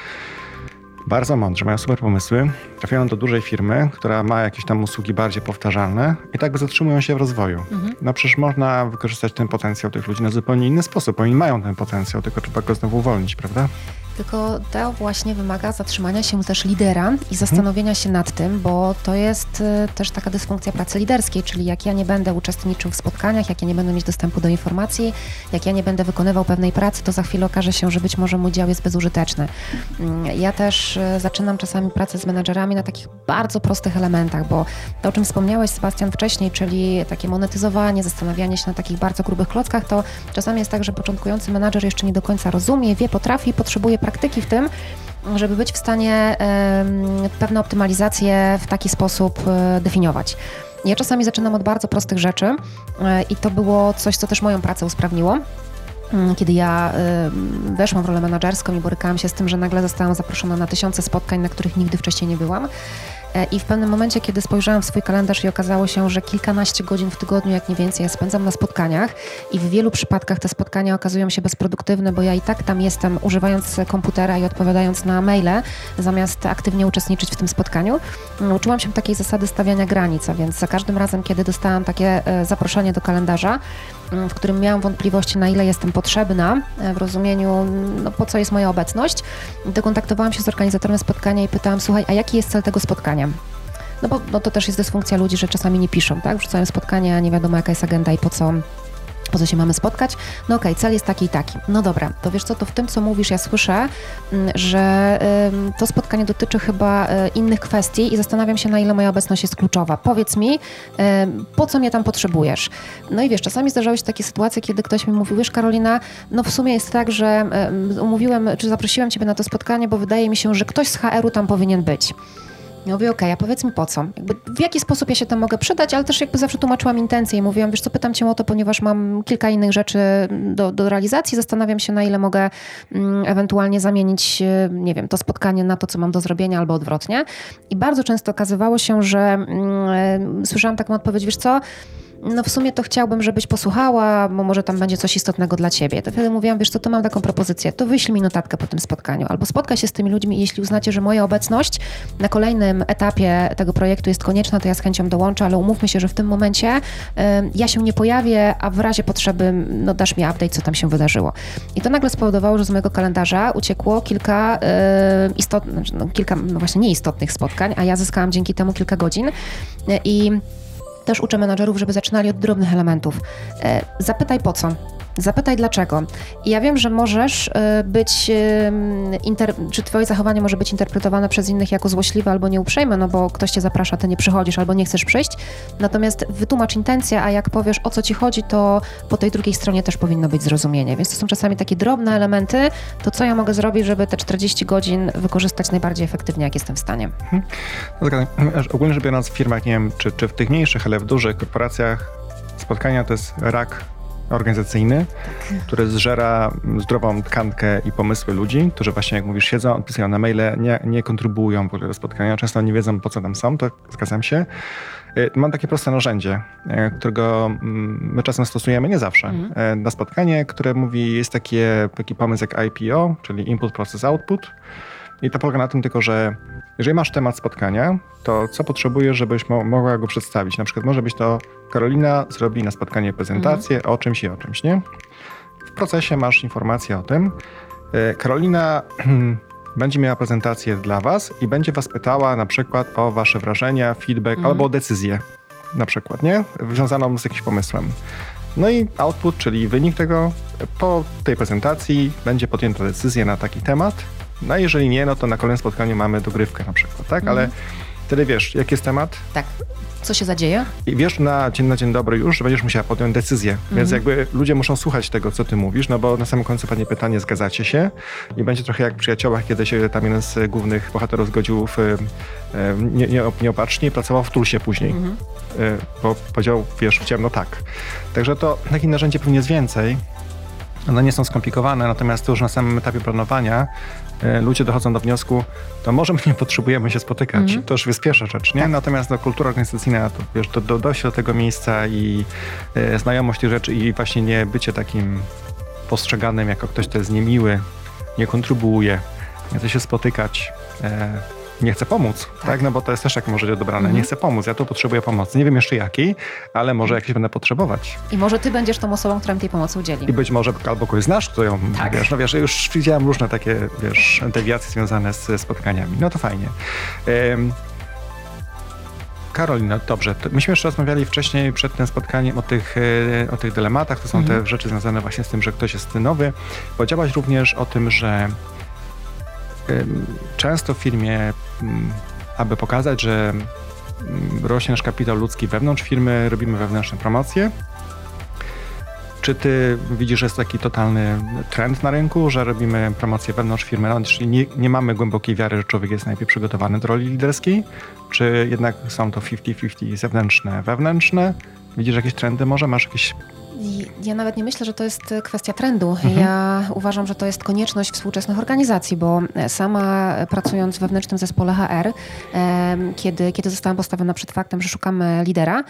Speaker 2: bardzo mądrzy, mają super pomysły, trafiają do dużej firmy, która ma jakieś tam usługi bardziej powtarzalne i tak zatrzymują się w rozwoju. Mhm. No przecież można wykorzystać ten potencjał tych ludzi na zupełnie inny sposób. Oni mają ten potencjał, tylko trzeba go znowu uwolnić, prawda?
Speaker 1: Tylko to właśnie wymaga zatrzymania się też lidera i zastanowienia mhm. się nad tym, bo to jest y, też taka dysfunkcja pracy liderskiej, czyli jak ja nie będę uczestniczył w spotkaniach, jak ja nie będę mieć dostępu do informacji, jak ja nie będę wykonywał pewnej pracy, to za chwilę okaże się, że być może mój dział jest bezużyteczny. Y, ja też y, zaczynam czasami pracę z menadżerami na takich bardzo prostych elementach, bo to, o czym wspomniałeś, Sebastian, wcześniej, czyli takie monetyzowanie, zastanawianie się na takich bardzo grubych klockach, to czasami jest tak, że początkujący menadżer jeszcze nie do końca rozumie, wie, potrafi, potrzebuje praktyki w tym, żeby być w stanie y, pewne optymalizacje w taki sposób y, definiować. Ja czasami zaczynam od bardzo prostych rzeczy y, i to było coś, co też moją pracę usprawniło. Kiedy ja y, weszłam w rolę menadżerską i borykałam się z tym, że nagle zostałam zaproszona na tysiące spotkań, na których nigdy wcześniej nie byłam. I w pewnym momencie, kiedy spojrzałam w swój kalendarz i okazało się, że kilkanaście godzin w tygodniu, jak nie więcej, ja spędzam na spotkaniach i w wielu przypadkach te spotkania okazują się bezproduktywne, bo ja i tak tam jestem używając komputera i odpowiadając na maile, zamiast aktywnie uczestniczyć w tym spotkaniu. Uczyłam się takiej zasady stawiania granic, a więc za każdym razem, kiedy dostałam takie zaproszenie do kalendarza, w którym miałam wątpliwości, na ile jestem potrzebna, w rozumieniu, no, po co jest moja obecność, to kontaktowałam się z organizatorem spotkania i pytałam, słuchaj, a jaki jest cel tego spotkania? No bo no to też jest dysfunkcja ludzi, że czasami nie piszą, tak? Wrzucają spotkania, nie wiadomo jaka jest agenda i po co, po co się mamy spotkać. No okej, okay, cel jest taki i taki. No dobra, to wiesz co, to w tym, co mówisz, ja słyszę, że y, to spotkanie dotyczy chyba y, innych kwestii i zastanawiam się, na ile moja obecność jest kluczowa. Powiedz mi, y, po co mnie tam potrzebujesz? No i wiesz, czasami zdarzały się takie sytuacje, kiedy ktoś mi mówił, wiesz Karolina, no w sumie jest tak, że y, umówiłem, czy zaprosiłem ciebie na to spotkanie, bo wydaje mi się, że ktoś z H R u tam powinien być. Ja mówię, okej, okay, a powiedz mi po co? Jakby w jaki sposób ja się tam mogę przydać, ale też jakby zawsze tłumaczyłam intencje i mówiłam, wiesz co, pytam cię o to, ponieważ mam kilka innych rzeczy do, do realizacji, zastanawiam się, na ile mogę mm, ewentualnie zamienić, nie wiem, to spotkanie na to, co mam do zrobienia albo odwrotnie. I bardzo często okazywało się, że mm, słyszałam taką odpowiedź, wiesz co, no w sumie to chciałbym, żebyś posłuchała, bo może tam będzie coś istotnego dla ciebie. To wtedy mówiłam, wiesz co, to mam taką propozycję, to wyślij mi notatkę po tym spotkaniu, albo spotkaj się z tymi ludźmi i jeśli uznacie, że moja obecność na kolejnym etapie tego projektu jest konieczna, to ja z chęcią dołączę, ale umówmy się, że w tym momencie y, ja się nie pojawię, a w razie potrzeby no, dasz mi update, co tam się wydarzyło. I to nagle spowodowało, że z mojego kalendarza uciekło kilka y, istotnych, no, kilka no właśnie nieistotnych spotkań, a ja zyskałam dzięki temu kilka godzin y, i też uczę menadżerów, żeby zaczynali od drobnych elementów. Zapytaj po co. Zapytaj dlaczego. I ja wiem, że możesz być, inter- czy twoje zachowanie może być interpretowane przez innych jako złośliwe albo nieuprzejme, no bo ktoś cię zaprasza, ty nie przychodzisz albo nie chcesz przyjść. Natomiast wytłumacz intencję, a jak powiesz, o co ci chodzi, to po tej drugiej stronie też powinno być zrozumienie. Więc to są czasami takie drobne elementy, to co ja mogę zrobić, żeby te czterdzieści godzin wykorzystać najbardziej efektywnie, jak jestem w stanie.
Speaker 2: Hmm. Ogólnie rzecz biorąc w firmach, nie wiem, czy, czy w tych mniejszych, ale w dużych korporacjach spotkania to jest rak organizacyjny, tak. który zżera zdrową tkankę i pomysły ludzi, którzy właśnie, jak mówisz, siedzą, odpisują na maile, nie, nie kontrybuują w ogóle do spotkania, często nie wiedzą, po co tam są, to zgadzam się. Mam takie proste narzędzie, którego my czasem stosujemy, nie zawsze, mm. na spotkanie, które mówi, jest takie, taki pomysł jak I P O, czyli Input Process Output. I to polega na tym tylko, że jeżeli masz temat spotkania, to co potrzebujesz, żebyś mo- mogła go przedstawić? Na przykład może być to Karolina zrobi na spotkanie prezentację mm. o czymś i o czymś, nie? W procesie masz informację o tym. Karolina będzie miała prezentację dla was i będzie was pytała na przykład o wasze wrażenia, feedback mm. albo o decyzję na przykład, nie? Związaną z jakimś pomysłem. No i output, czyli wynik tego, po tej prezentacji będzie podjęta decyzja na taki temat. No a jeżeli nie, no to na kolejnym spotkaniu mamy dogrywkę na przykład, tak? Mm. Ale wtedy wiesz, jaki jest temat?
Speaker 1: Tak. Co się zadzieje?
Speaker 2: I wiesz na dzień, na dzień dobry już, że będziesz musiała podjąć decyzję. Mm. Więc jakby ludzie muszą słuchać tego, co ty mówisz, no bo na samym końcu padnie pytanie, zgadzacie się? I będzie trochę jak w Przyjaciołach, kiedy się tam jeden z głównych bohaterów zgodził w, nie, nie, nieopatrznie i pracował w Tulsie później. Mm. Bo powiedział, wiesz, chciałem, no tak. Także to takich narzędzi pewnie jest więcej. One nie są skomplikowane, natomiast to już na samym etapie planowania e, ludzie dochodzą do wniosku, to może my nie potrzebujemy się spotykać. Mm-hmm. To już jest pierwsza rzecz, nie? Tak. Natomiast no, kultura organizacyjna, to wiesz, do, do, dojście do tego miejsca i e, znajomość tych rzeczy i właśnie nie bycie takim postrzeganym jako ktoś, kto jest niemiły, nie kontrybuuje, nie chce się spotykać, e, nie chce pomóc, tak. tak? No bo to jest też jak może być dobrane. Mm-hmm. Nie chcę pomóc, ja tu potrzebuję pomocy. Nie wiem jeszcze jakiej, ale może jakieś będę potrzebować.
Speaker 1: I może ty będziesz tą osobą, która mi tej pomocy udzieli.
Speaker 2: I być może albo kogoś znasz, kto ją, tak. wiesz, no wiesz, już widziałem różne takie, wiesz, dewiacje związane z spotkaniami. No to fajnie. Um, Karolina, dobrze. Myśmy jeszcze rozmawiali wcześniej przed tym spotkaniem o tych, o tych dylematach. To są mm-hmm. te rzeczy związane właśnie z tym, że ktoś jest nowy. Powiedziałaś również o tym, że często w firmie, aby pokazać, że rośnie nasz kapitał ludzki wewnątrz firmy, robimy wewnętrzne promocje. Czy ty widzisz, że jest taki totalny trend na rynku, że robimy promocje wewnątrz firmy, no, czyli nie, nie mamy głębokiej wiary, że człowiek jest najpierw przygotowany do roli liderskiej? Czy jednak są to pięćdziesiąt pięćdziesiąt zewnętrzne, wewnętrzne? Widzisz jakieś trendy może? Masz jakieś...
Speaker 1: Ja nawet nie myślę, że to jest kwestia trendu. Mhm. Ja uważam, że to jest konieczność współczesnych organizacji, bo sama pracując w wewnętrznym zespole H R, kiedy, kiedy zostałam postawiona przed faktem, że szukamy lidera,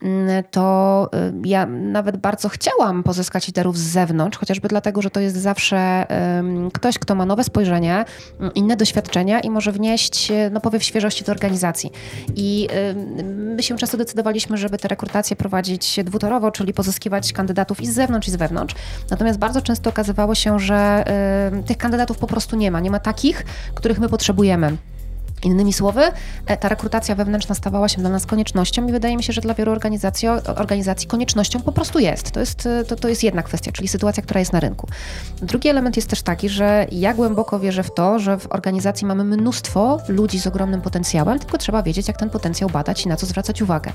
Speaker 1: to ja nawet bardzo chciałam pozyskać liderów z zewnątrz, chociażby dlatego, że to jest zawsze ktoś, kto ma nowe spojrzenie, inne doświadczenia i może wnieść no, powiew świeżości do organizacji. I my się często decydowaliśmy, żeby te rekrutacje prowadzić dwutorowo, czyli pozyskiwać kandydatów i z zewnątrz, i z wewnątrz. Natomiast bardzo często okazywało się, że y, tych kandydatów po prostu nie ma. Nie ma takich, których my potrzebujemy. Innymi słowy, ta rekrutacja wewnętrzna stawała się dla nas koniecznością i wydaje mi się, że dla wielu organizacji, organizacji koniecznością po prostu jest. To jest, to, to jest jedna kwestia, czyli sytuacja, która jest na rynku. Drugi element jest też taki, że ja głęboko wierzę w to, że w organizacji mamy mnóstwo ludzi z ogromnym potencjałem, tylko trzeba wiedzieć, jak ten potencjał badać i na co zwracać uwagę.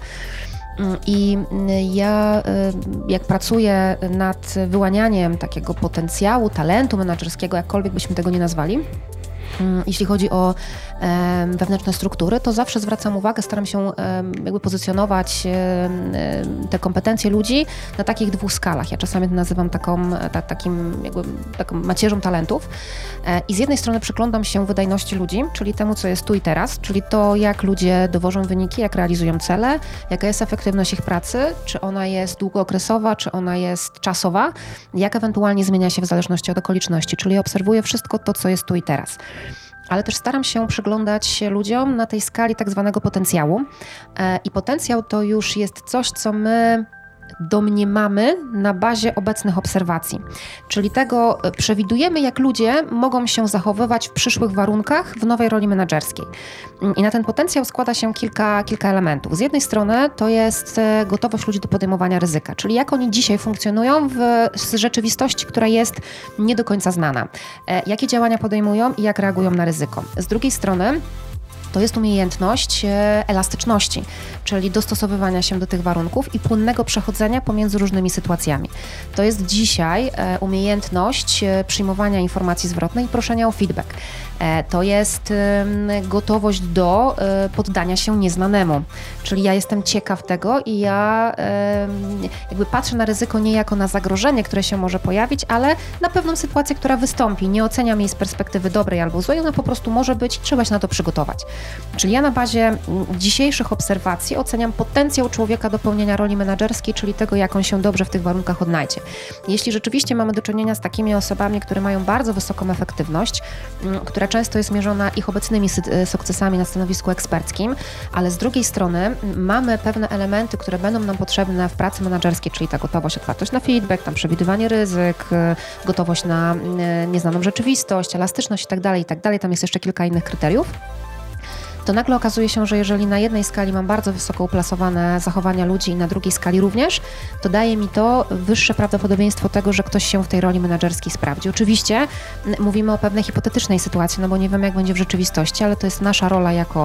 Speaker 1: I ja, jak pracuję nad wyłanianiem takiego potencjału, talentu menedżerskiego, jakkolwiek byśmy tego nie nazwali, jeśli chodzi o e, wewnętrzne struktury, to zawsze zwracam uwagę, staram się e, jakby pozycjonować e, te kompetencje ludzi na takich dwóch skalach. Ja czasami to nazywam taką, ta, takim, jakby, taką macierzą talentów. E, I z jednej strony przyglądam się wydajności ludzi, czyli temu, co jest tu i teraz, czyli to, jak ludzie dowożą wyniki, jak realizują cele, jaka jest efektywność ich pracy, czy ona jest długookresowa, czy ona jest czasowa, jak ewentualnie zmienia się w zależności od okoliczności, czyli obserwuję wszystko to, co jest tu i teraz. Ale też staram się przyglądać się ludziom na tej skali tak zwanego potencjału. I potencjał to już jest coś, co my domniemamy na bazie obecnych obserwacji. Czyli tego przewidujemy, jak ludzie mogą się zachowywać w przyszłych warunkach w nowej roli menedżerskiej. I na ten potencjał składa się kilka, kilka elementów. Z jednej strony to jest gotowość ludzi do podejmowania ryzyka, czyli jak oni dzisiaj funkcjonują w rzeczywistości, która jest nie do końca znana. Jakie działania podejmują i jak reagują na ryzyko. Z drugiej strony to jest umiejętność elastyczności, czyli dostosowywania się do tych warunków i płynnego przechodzenia pomiędzy różnymi sytuacjami. To jest dzisiaj umiejętność przyjmowania informacji zwrotnej i proszenia o feedback. To jest gotowość do poddania się nieznanemu, czyli ja jestem ciekaw tego i ja jakby patrzę na ryzyko nie jako na zagrożenie, które się może pojawić, ale na pewną sytuację, która wystąpi. Nie oceniam jej z perspektywy dobrej albo złej, ona po prostu może być i trzeba się na to przygotować. Czyli ja na bazie dzisiejszych obserwacji oceniam potencjał człowieka do pełnienia roli menedżerskiej, czyli tego, jak on się dobrze w tych warunkach odnajdzie. Jeśli rzeczywiście mamy do czynienia z takimi osobami, które mają bardzo wysoką efektywność, która często jest mierzona ich obecnymi sukcesami na stanowisku eksperckim, ale z drugiej strony mamy pewne elementy, które będą nam potrzebne w pracy menedżerskiej, czyli ta gotowość, otwartość na feedback, tam przewidywanie ryzyk, gotowość na nieznaną rzeczywistość, elastyczność i tak dalej, i tak dalej. Tam jest jeszcze kilka innych kryteriów. To nagle okazuje się, że jeżeli na jednej skali mam bardzo wysoko uplasowane zachowania ludzi i na drugiej skali również, to daje mi to wyższe prawdopodobieństwo tego, że ktoś się w tej roli menedżerskiej sprawdzi. Oczywiście mówimy o pewnej hipotetycznej sytuacji, no bo nie wiem, jak będzie w rzeczywistości, ale to jest nasza rola jako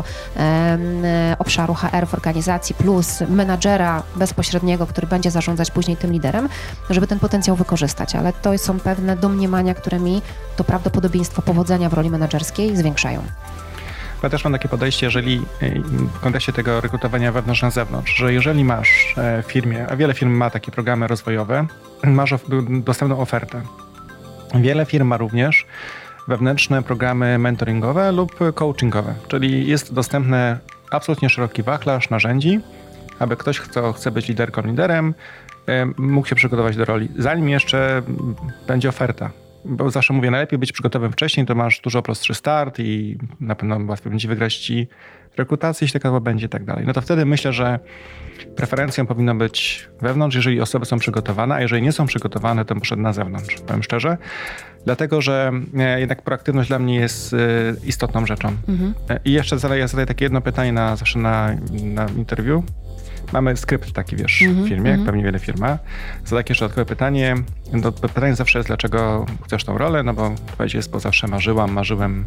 Speaker 1: e, obszaru H R w organizacji plus menadżera bezpośredniego, który będzie zarządzać później tym liderem, żeby ten potencjał wykorzystać, ale to są pewne domniemania, które mi to prawdopodobieństwo powodzenia w roli menedżerskiej zwiększają.
Speaker 2: Ja też mam takie podejście, jeżeli w kontekście tego rekrutowania wewnątrz na zewnątrz, że jeżeli masz w firmie, a wiele firm ma takie programy rozwojowe, masz dostępną ofertę. Wiele firm ma również wewnętrzne programy mentoringowe lub coachingowe, czyli jest dostępny absolutnie szeroki wachlarz narzędzi, aby ktoś, kto chce być liderką, liderem, mógł się przygotować do roli, zanim jeszcze będzie oferta. Bo zawsze mówię, najlepiej być przygotowany wcześniej, to masz dużo prostszy start i na pewno łatwiej będzie wygrać ci rekrutację, jeśli taka będzie i tak dalej. No to wtedy myślę, że preferencją powinno być wewnątrz, jeżeli osoby są przygotowane, a jeżeli nie są przygotowane, to poszedł na zewnątrz, powiem szczerze. Dlatego, że jednak proaktywność dla mnie jest istotną rzeczą. Mhm. I jeszcze zadaję, zadaję takie jedno pytanie na, zawsze na, na interwiu. Mamy skrypt taki, wiesz, mm-hmm, w firmie, jak mm-hmm. pewnie wiele firm ma. Zadaj jeszcze dodatkowe pytanie. To pytanie zawsze jest, dlaczego chcesz tą rolę, no bo odpowiedź jest, bo zawsze marzyłam, marzyłem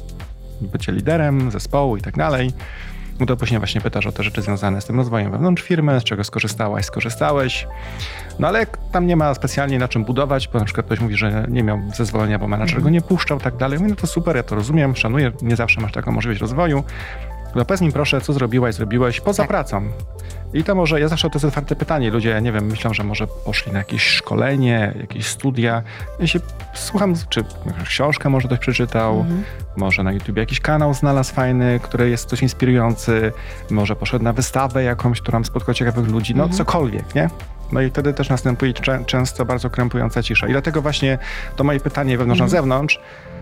Speaker 2: bycie liderem zespołu i tak dalej. No to później właśnie pytasz o te rzeczy związane z tym rozwojem wewnątrz firmy, z czego skorzystałaś, skorzystałeś. No ale tam nie ma specjalnie na czym budować, bo na przykład ktoś mówi, że nie miał zezwolenia, bo menadżer mm-hmm. go nie puszczał, tak dalej. Mówię, no to super, ja to rozumiem, szanuję, nie zawsze masz taką możliwość rozwoju. No powiedz mi proszę, co zrobiłaś, zrobiłeś poza tak. pracą. I to może, ja zawsze to jest otwarte pytanie. Ludzie, nie wiem, myślą, że może poszli na jakieś szkolenie, jakieś studia. Ja się słucham, czy książkę może ktoś przeczytał, mm-hmm. może na YouTube jakiś kanał znalazł fajny, który jest coś inspirujący, może poszedł na wystawę jakąś, która spotkał ciekawych ludzi, no mm-hmm. cokolwiek, nie? No i wtedy też następuje czę- często bardzo krępująca cisza. I dlatego właśnie to moje pytanie wewnątrz mm-hmm. na zewnątrz.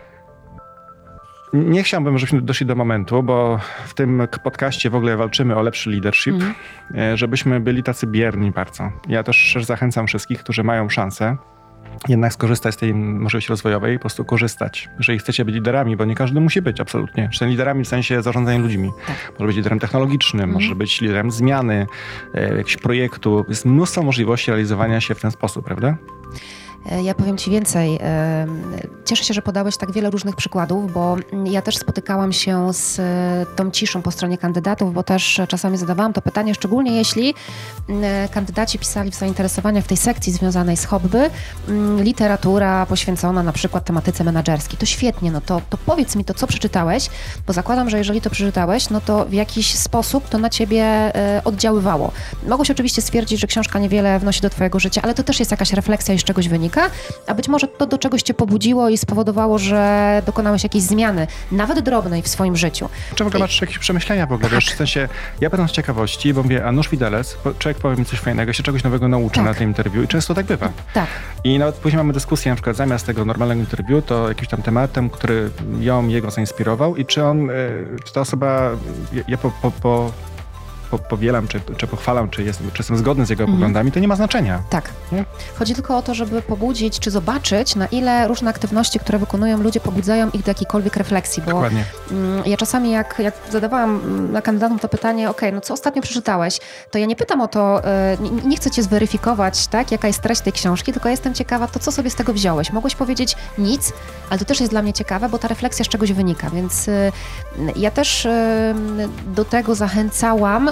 Speaker 2: Nie chciałbym, żebyśmy doszli do momentu, bo w tym podcaście w ogóle walczymy o lepszy leadership, mm. żebyśmy byli tacy bierni bardzo. Ja też zachęcam wszystkich, którzy mają szansę jednak skorzystać z tej możliwości rozwojowej i po prostu korzystać. Jeżeli chcecie być liderami, bo nie każdy musi być absolutnie. Czy liderami w sensie zarządzania ludźmi. Tak. Może być liderem technologicznym, mm. może być liderem zmiany, jakiegoś projektu. Jest mnóstwo możliwości realizowania się w ten sposób, prawda?
Speaker 1: Ja powiem Ci więcej. Cieszę się, że podałeś tak wiele różnych przykładów, bo ja też spotykałam się z tą ciszą po stronie kandydatów, bo też czasami zadawałam to pytanie, szczególnie jeśli kandydaci pisali w zainteresowaniach w tej sekcji związanej z hobby literatura poświęcona na przykład tematyce menedżerskiej. To świetnie, no to, to powiedz mi to, co przeczytałeś, bo zakładam, że jeżeli to przeczytałeś, no to w jakiś sposób to na Ciebie oddziaływało. Mogłeś oczywiście stwierdzić, że książka niewiele wnosi do Twojego życia, ale to też jest jakaś refleksja i z czegoś wynika. A być może to do czegoś Cię pobudziło i spowodowało, że dokonałeś jakiejś zmiany, nawet drobnej w swoim życiu.
Speaker 2: Czy w ogóle masz jakieś przemyślenia w ogóle? Tak. Wiesz, w sensie, ja pytam z ciekawości, bo mówię, a nóż widelec, człowiek powie mi coś fajnego, się czegoś nowego nauczy tak. na tym interwiu i często tak bywa.
Speaker 1: Tak.
Speaker 2: I nawet później mamy dyskusję, na przykład zamiast tego normalnego interwiu, to jakimś tam tematem, który ją, jego zainspirował i czy on, czy ta osoba, ja po, po, po Po, powielam, czy, czy pochwalam, czy, jest, czy jestem zgodny z jego mm. poglądami, to nie ma znaczenia.
Speaker 1: Tak. Nie? Chodzi tylko o to, żeby pobudzić, czy zobaczyć, na ile różne aktywności, które wykonują ludzie, pobudzają ich do jakiejkolwiek refleksji. Bo
Speaker 2: Dokładnie.
Speaker 1: Ja czasami, jak, jak zadawałam na kandydatom to pytanie, okej, okay, no co ostatnio przeczytałeś, to ja nie pytam o to, nie, nie chcę Cię zweryfikować, tak, jaka jest treść tej książki, tylko jestem ciekawa, to co sobie z tego wziąłeś. Mogłeś powiedzieć nic, ale to też jest dla mnie ciekawe, bo ta refleksja z czegoś wynika, więc ja też do tego zachęcałam,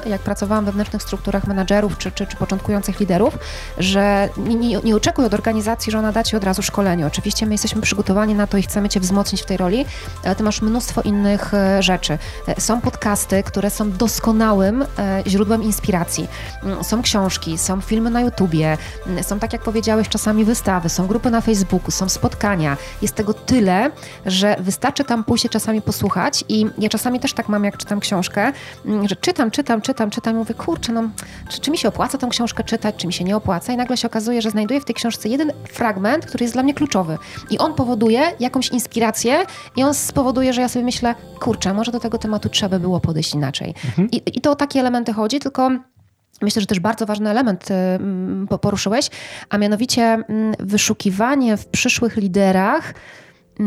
Speaker 1: jak pracowałam w wewnętrznych strukturach menadżerów czy, czy, czy początkujących liderów, że nie, nie, nie oczekuj od organizacji, że ona da ci od razu szkolenie. Oczywiście my jesteśmy przygotowani na to i chcemy cię wzmocnić w tej roli, ale ty masz mnóstwo innych rzeczy. Są podcasty, które są doskonałym źródłem inspiracji. Są książki, są filmy na YouTubie, są, tak jak powiedziałeś, czasami wystawy, są grupy na Facebooku, są spotkania. Jest tego tyle, że wystarczy tam pójść i czasami posłuchać i ja czasami też tak mam, jak czytam książkę, że czytam, czytam, czytam, czytam i mówię, kurczę, no, czy, czy mi się opłaca tą książkę czytać, czy mi się nie opłaca i nagle się okazuje, że znajduję w tej książce jeden fragment, który jest dla mnie kluczowy i on powoduje jakąś inspirację i on spowoduje, że ja sobie myślę, kurczę, może do tego tematu trzeba było podejść inaczej. Mhm. I, I to o takie elementy chodzi, tylko myślę, że też bardzo ważny element y, poruszyłeś, a mianowicie y, wyszukiwanie w przyszłych liderach, y,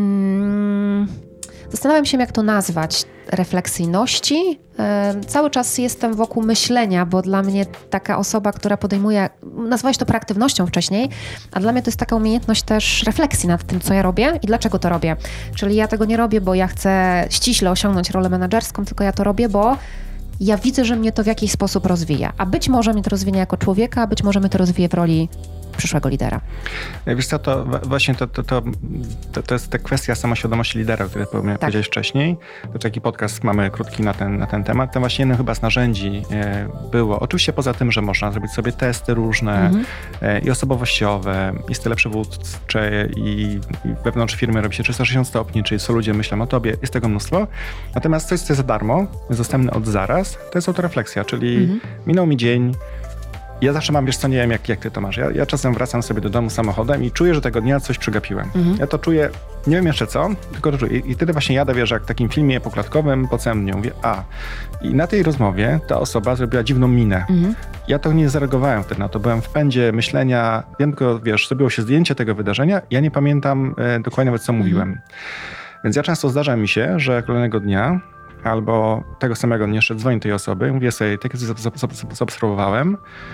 Speaker 1: zastanawiam się, jak to nazwać, refleksyjności. Y, cały czas jestem wokół myślenia, bo dla mnie taka osoba, która podejmuje, nazwałeś to proaktywnością wcześniej, a dla mnie to jest taka umiejętność też refleksji nad tym, co ja robię i dlaczego to robię. Czyli ja tego nie robię, bo ja chcę ściśle osiągnąć rolę menedżerską, tylko ja to robię, bo ja widzę, że mnie to w jakiś sposób rozwija. A być może mnie to rozwija jako człowieka, a być może mnie to rozwija w roli przyszłego lidera.
Speaker 2: Wiesz co, to właśnie to, to, to, to, to jest ta kwestia samoświadomości lidera, o której tak. powiedziałeś wcześniej. To taki podcast mamy krótki na ten, na ten temat. To właśnie jednym chyba z narzędzi było, oczywiście poza tym, że można zrobić sobie testy różne mm-hmm. i osobowościowe, i style przywódcze, i, i wewnątrz firmy robi się trzysta sześćdziesiąt stopni, czyli co ludzie myślą o tobie, jest tego mnóstwo. Natomiast coś, co jest za darmo, jest dostępne od zaraz, to jest autorefleksja, czyli mm-hmm. minął mi dzień. Ja zawsze mam, wiesz co, nie wiem jak, jak ty to masz. Ja, ja czasem wracam sobie do domu samochodem i czuję, że tego dnia coś przegapiłem. Mhm. Ja to czuję, nie wiem jeszcze co, tylko to czuję. I, i wtedy właśnie jadę, wiesz, jak w takim filmie poklatkowym po całym dniu. Mówię, a. I na tej rozmowie ta osoba zrobiła dziwną minę. Mhm. Ja to nie zareagowałem wtedy na to. Byłem w pędzie myślenia, wiem tylko, wiesz, zrobiło się zdjęcie tego wydarzenia. Ja nie pamiętam e, dokładnie nawet co mhm. mówiłem. Więc ja często zdarza mi się, że kolejnego dnia albo tego samego dnia jeszcze dzwonię tej osoby, mówię sobie, tak jak zaobserwowałem,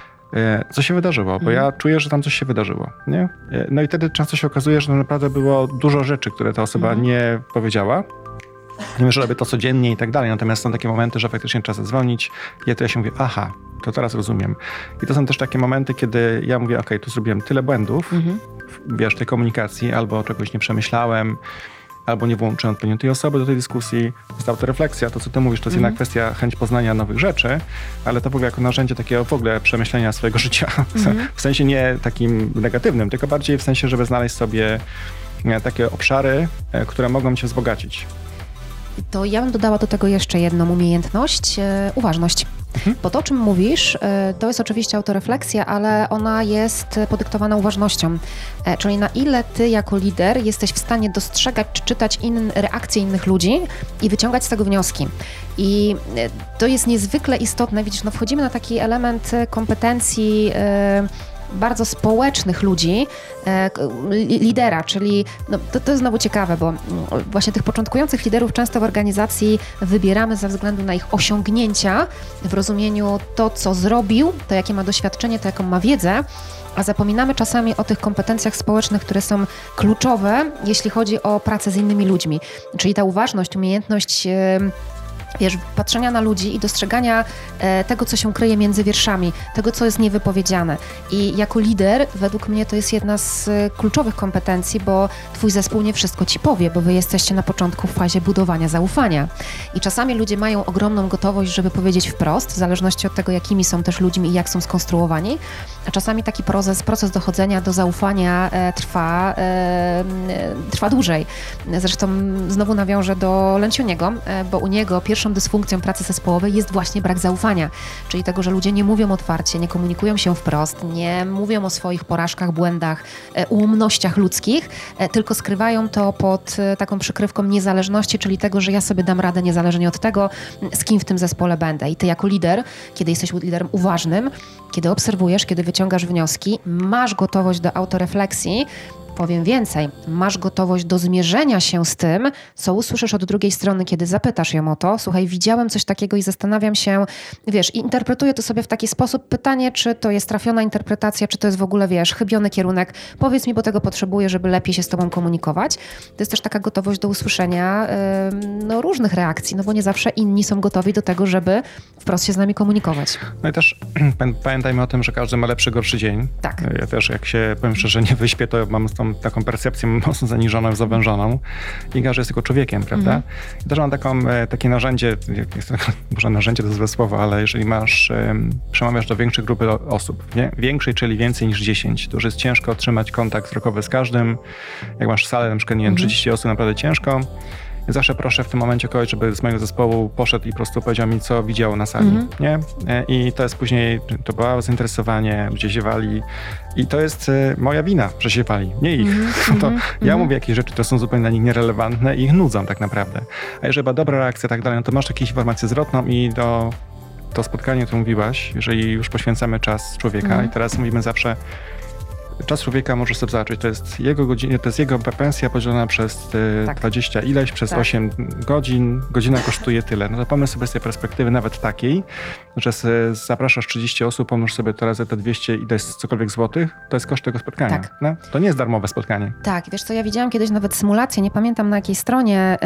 Speaker 2: co się wydarzyło, bo mhm. ja czuję, że tam coś się wydarzyło, nie? No i wtedy często się okazuje, że naprawdę było dużo rzeczy, które ta osoba mhm. nie powiedziała. Nie wiem, że robię to codziennie i tak dalej, natomiast są takie momenty, że faktycznie trzeba zadzwonić i ja to ja się mówię, aha, to teraz rozumiem. I to są też takie momenty, kiedy ja mówię, okej, okay, tu zrobiłem tyle błędów, mhm. wiesz, tej komunikacji, albo czegoś nie przemyślałem, albo nie włączyłem odpowiednio tej osoby do tej dyskusji. Jest autorefleksja, to co ty mówisz, to jest mm. jedna kwestia, chęć poznania nowych rzeczy, ale to w ogóle jako narzędzie takiego w ogóle przemyślenia swojego życia. Mm. W sensie nie takim negatywnym, tylko bardziej w sensie, żeby znaleźć sobie takie obszary, które mogą cię wzbogacić.
Speaker 1: To ja bym dodała do tego jeszcze jedną umiejętność, e, uważność. Mhm. Bo to, o czym mówisz, e, to jest oczywiście autorefleksja, ale ona jest podyktowana uważnością. E, czyli na ile ty jako lider jesteś w stanie dostrzegać czy czytać in, reakcje innych ludzi i wyciągać z tego wnioski. I e, to jest niezwykle istotne. Widzisz, no wchodzimy na taki element kompetencji e, bardzo społecznych ludzi, e, lidera, czyli no, to, to jest znowu ciekawe, bo właśnie tych początkujących liderów często w organizacji wybieramy ze względu na ich osiągnięcia w rozumieniu to, co zrobił, to jakie ma doświadczenie, to jaką ma wiedzę, a zapominamy czasami o tych kompetencjach społecznych, które są kluczowe, jeśli chodzi o pracę z innymi ludźmi. Czyli ta uważność, umiejętność e, wiesz, patrzenia na ludzi i dostrzegania e, tego, co się kryje między wierszami, tego, co jest niewypowiedziane. I jako lider, według mnie, to jest jedna z e, kluczowych kompetencji, bo twój zespół nie wszystko ci powie, bo wy jesteście na początku w fazie budowania zaufania. I czasami ludzie mają ogromną gotowość, żeby powiedzieć wprost, w zależności od tego, jakimi są też ludźmi i jak są skonstruowani, a czasami taki proces, proces dochodzenia do zaufania e, trwa, e, trwa dłużej. Zresztą znowu nawiążę do Lencioniego, e, bo u niego pierwszy dysfunkcją pracy zespołowej jest właśnie brak zaufania, czyli tego, że ludzie nie mówią otwarcie, nie komunikują się wprost, nie mówią o swoich porażkach, błędach, ułomnościach ludzkich, tylko skrywają to pod taką przykrywką niezależności, czyli tego, że ja sobie dam radę niezależnie od tego, z kim w tym zespole będę. I ty jako lider, kiedy jesteś liderem uważnym, kiedy obserwujesz, kiedy wyciągasz wnioski, masz gotowość do autorefleksji Powiem więcej, masz gotowość do zmierzenia się z tym, co usłyszysz od drugiej strony, kiedy zapytasz ją o to. Słuchaj, widziałem coś takiego i zastanawiam się, wiesz, i interpretuję to sobie w taki sposób. Pytanie, czy to jest trafiona interpretacja, czy to jest w ogóle, wiesz, chybiony kierunek. Powiedz mi, bo tego potrzebuję, żeby lepiej się z tobą komunikować. To jest też taka gotowość do usłyszenia yy, no, różnych reakcji, no bo nie zawsze inni są gotowi do tego, żeby wprost się z nami komunikować.
Speaker 2: No i też pamiętajmy o tym, że każdy ma lepszy, gorszy dzień.
Speaker 1: Tak.
Speaker 2: Ja też, jak się, powiem szczerze, nie wyśpię, to mam tą taką percepcję mocno zaniżoną, zawężoną i każdy jest tylko człowiekiem, prawda? Mm. I też mam taką, takie narzędzie, może narzędzie to złe słowo, ale jeżeli masz, przemawiasz do większej grupy osób, nie? Większej, czyli więcej niż dziesięć, to już jest ciężko otrzymać kontakt wzrokowy z każdym. Jak masz salę, na przykład, nie wiem, trzydzieści osób, naprawdę ciężko. Ja zawsze proszę w tym momencie kogoś, żeby z mojego zespołu poszedł i po prostu powiedział mi, co widział na sali, mm-hmm. nie? I to jest później, to było zainteresowanie, gdzie się wali i to jest moja wina, że się wali, nie ich. Mm-hmm. To ja mm-hmm. mówię jakieś rzeczy, które są zupełnie dla nich nierelevantne i ich nudzą tak naprawdę. A jeżeli była dobra reakcja i tak dalej, no to masz jakąś informację zwrotną i do to spotkanie, o którym mówiłaś, jeżeli już poświęcamy czas człowieka mm-hmm. i teraz mówimy zawsze, czas człowieka możesz sobie zobaczyć, to jest jego godzina, to jest jego pensja podzielona przez tak. dwadzieścia ileś, przez tak. osiem godzin, godzina kosztuje tyle. No to pomyśl sobie z tej perspektywy nawet takiej, że zapraszasz trzydzieści osób, pomnóż sobie to razy te dwieście i to jest cokolwiek złotych, to jest koszt tego spotkania. Tak. No? To nie jest darmowe spotkanie.
Speaker 1: Tak, wiesz co, ja widziałam kiedyś nawet symulację, nie pamiętam na jakiej stronie,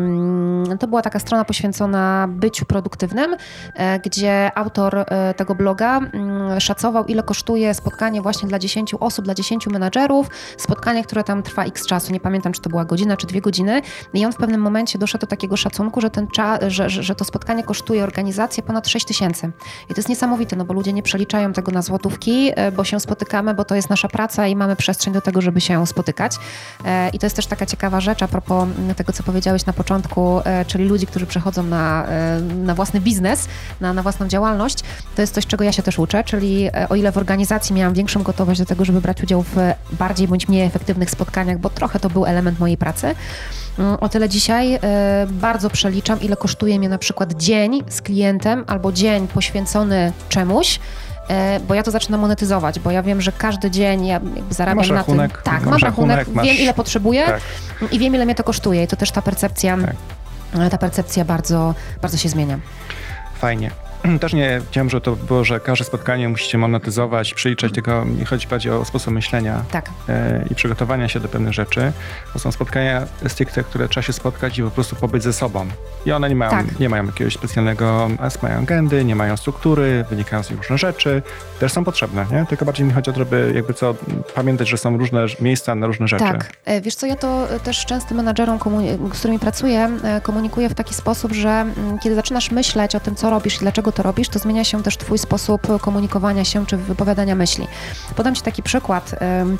Speaker 1: ym, to była taka strona poświęcona byciu produktywnym, y, gdzie autor y, tego bloga y, szacował, ile kosztuje spotkanie właśnie dla dziesięciu osób, dla dziesięciu menadżerów, spotkanie, które tam trwa x czasu, nie pamiętam, czy to była godzina, czy dwie godziny i on w pewnym momencie doszedł do takiego szacunku, że, ten cza- że, że, że to spotkanie kosztuje organizację ponad sześć tysięcy. I to jest niesamowite, no bo ludzie nie przeliczają tego na złotówki, bo się spotykamy, bo to jest nasza praca i mamy przestrzeń do tego, żeby się spotykać. I to jest też taka ciekawa rzecz a propos tego, co powiedziałeś na początku, czyli ludzi, którzy przechodzą na, na własny biznes, na, na własną działalność. To jest coś, czego ja się też uczę, czyli o ile w organizacji miałam większą gotowość do tego, żeby brać udział w bardziej bądź mniej efektywnych spotkaniach, bo trochę to był element mojej pracy. O tyle dzisiaj y, bardzo przeliczam, ile kosztuje mnie na przykład dzień z klientem albo dzień poświęcony czemuś, y, bo ja to zaczynam monetyzować, bo ja wiem, że każdy dzień ja jakby zarabiam
Speaker 2: masz
Speaker 1: na
Speaker 2: rachunek,
Speaker 1: tym. Tak,
Speaker 2: masz
Speaker 1: mam rachunek,
Speaker 2: rachunek masz...
Speaker 1: wiem ile potrzebuję
Speaker 2: tak.
Speaker 1: i wiem ile mnie to kosztuje i to też ta percepcja, tak. ta percepcja bardzo, bardzo się zmienia.
Speaker 2: Fajnie. Też nie chciałem, że to było, że każde spotkanie musicie monetyzować, przeliczać, tylko mi chodzi bardziej o sposób myślenia
Speaker 1: tak.
Speaker 2: e, i przygotowania się do pewnych rzeczy. To są spotkania stricte, które trzeba się spotkać i po prostu pobyć ze sobą. I one nie mają, tak. nie mają jakiegoś specjalnego, mają agendy, nie mają struktury, wynikają z nich różne rzeczy, też są potrzebne, nie? Tylko bardziej mi chodzi o to, żeby jakby co, pamiętać, że są różne miejsca na różne rzeczy.
Speaker 1: Tak. Wiesz co, ja to też często menadżerom, z którymi pracuję, komunikuję w taki sposób, że kiedy zaczynasz myśleć o tym, co robisz i dlaczego to robisz, to zmienia się też twój sposób komunikowania się czy wypowiadania myśli. Podam ci taki przykład.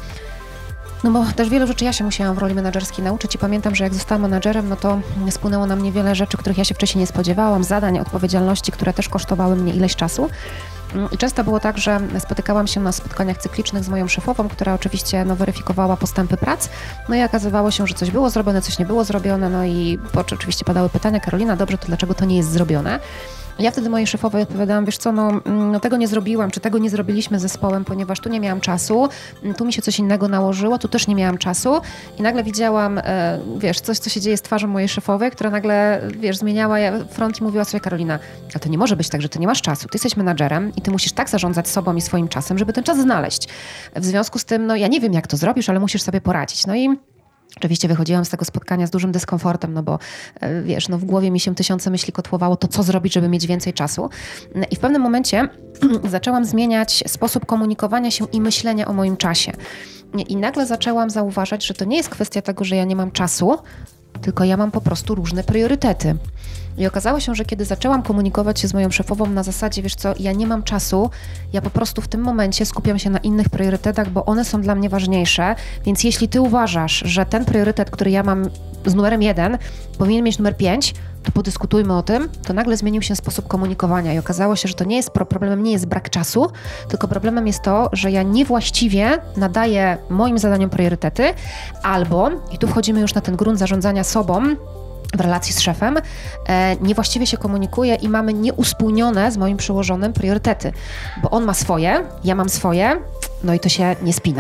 Speaker 1: No bo też wielu rzeczy ja się musiałam w roli menadżerskiej nauczyć i pamiętam, że jak zostałam menadżerem, no to spłynęło na mnie wiele rzeczy, których ja się wcześniej nie spodziewałam, zadań, odpowiedzialności, które też kosztowały mnie ileś czasu. I często było tak, że spotykałam się na spotkaniach cyklicznych z moją szefową, która oczywiście no, weryfikowała postępy prac, no i okazywało się, że coś było zrobione, coś nie było zrobione, no i oczywiście padały pytania, Karolina, dobrze, to dlaczego to nie jest zrobione? Ja wtedy mojej szefowej odpowiadałam, wiesz co, no, no tego nie zrobiłam, czy tego nie zrobiliśmy z zespołem, ponieważ tu nie miałam czasu, tu mi się coś innego nałożyło, tu też nie miałam czasu i nagle widziałam, e, wiesz, coś, co się dzieje z twarzą mojej szefowej, która nagle, wiesz, zmieniała front i mówiła sobie, Karolina, a to nie może być tak, że ty nie masz czasu, ty jesteś menadżerem i ty musisz tak zarządzać sobą i swoim czasem, żeby ten czas znaleźć. W związku z tym, no ja nie wiem, jak to zrobisz, ale musisz sobie poradzić. No i oczywiście wychodziłam z tego spotkania z dużym dyskomfortem, no bo wiesz, no w głowie mi się tysiące myśli kotłowało, to co zrobić, żeby mieć więcej czasu. I w pewnym momencie zaczęłam zmieniać sposób komunikowania się i myślenia o moim czasie. I nagle zaczęłam zauważać, że to nie jest kwestia tego, że ja nie mam czasu, tylko ja mam po prostu różne priorytety. I okazało się, że kiedy zaczęłam komunikować się z moją szefową na zasadzie, wiesz co, ja nie mam czasu, ja po prostu w tym momencie skupiam się na innych priorytetach, bo one są dla mnie ważniejsze, więc jeśli ty uważasz, że ten priorytet, który ja mam z numerem jeden, powinien mieć numer pięć, to podyskutujmy o tym, to nagle zmienił się sposób komunikowania i okazało się, że to nie jest, problemem nie jest brak czasu, tylko problemem jest to, że ja niewłaściwie nadaję moim zadaniom priorytety albo, i tu wchodzimy już na ten grunt zarządzania sobą, w relacji z szefem, e, niewłaściwie się komunikuje i mamy nieuspójnione z moim przełożonym priorytety, bo on ma swoje, ja mam swoje, no i to się nie spina.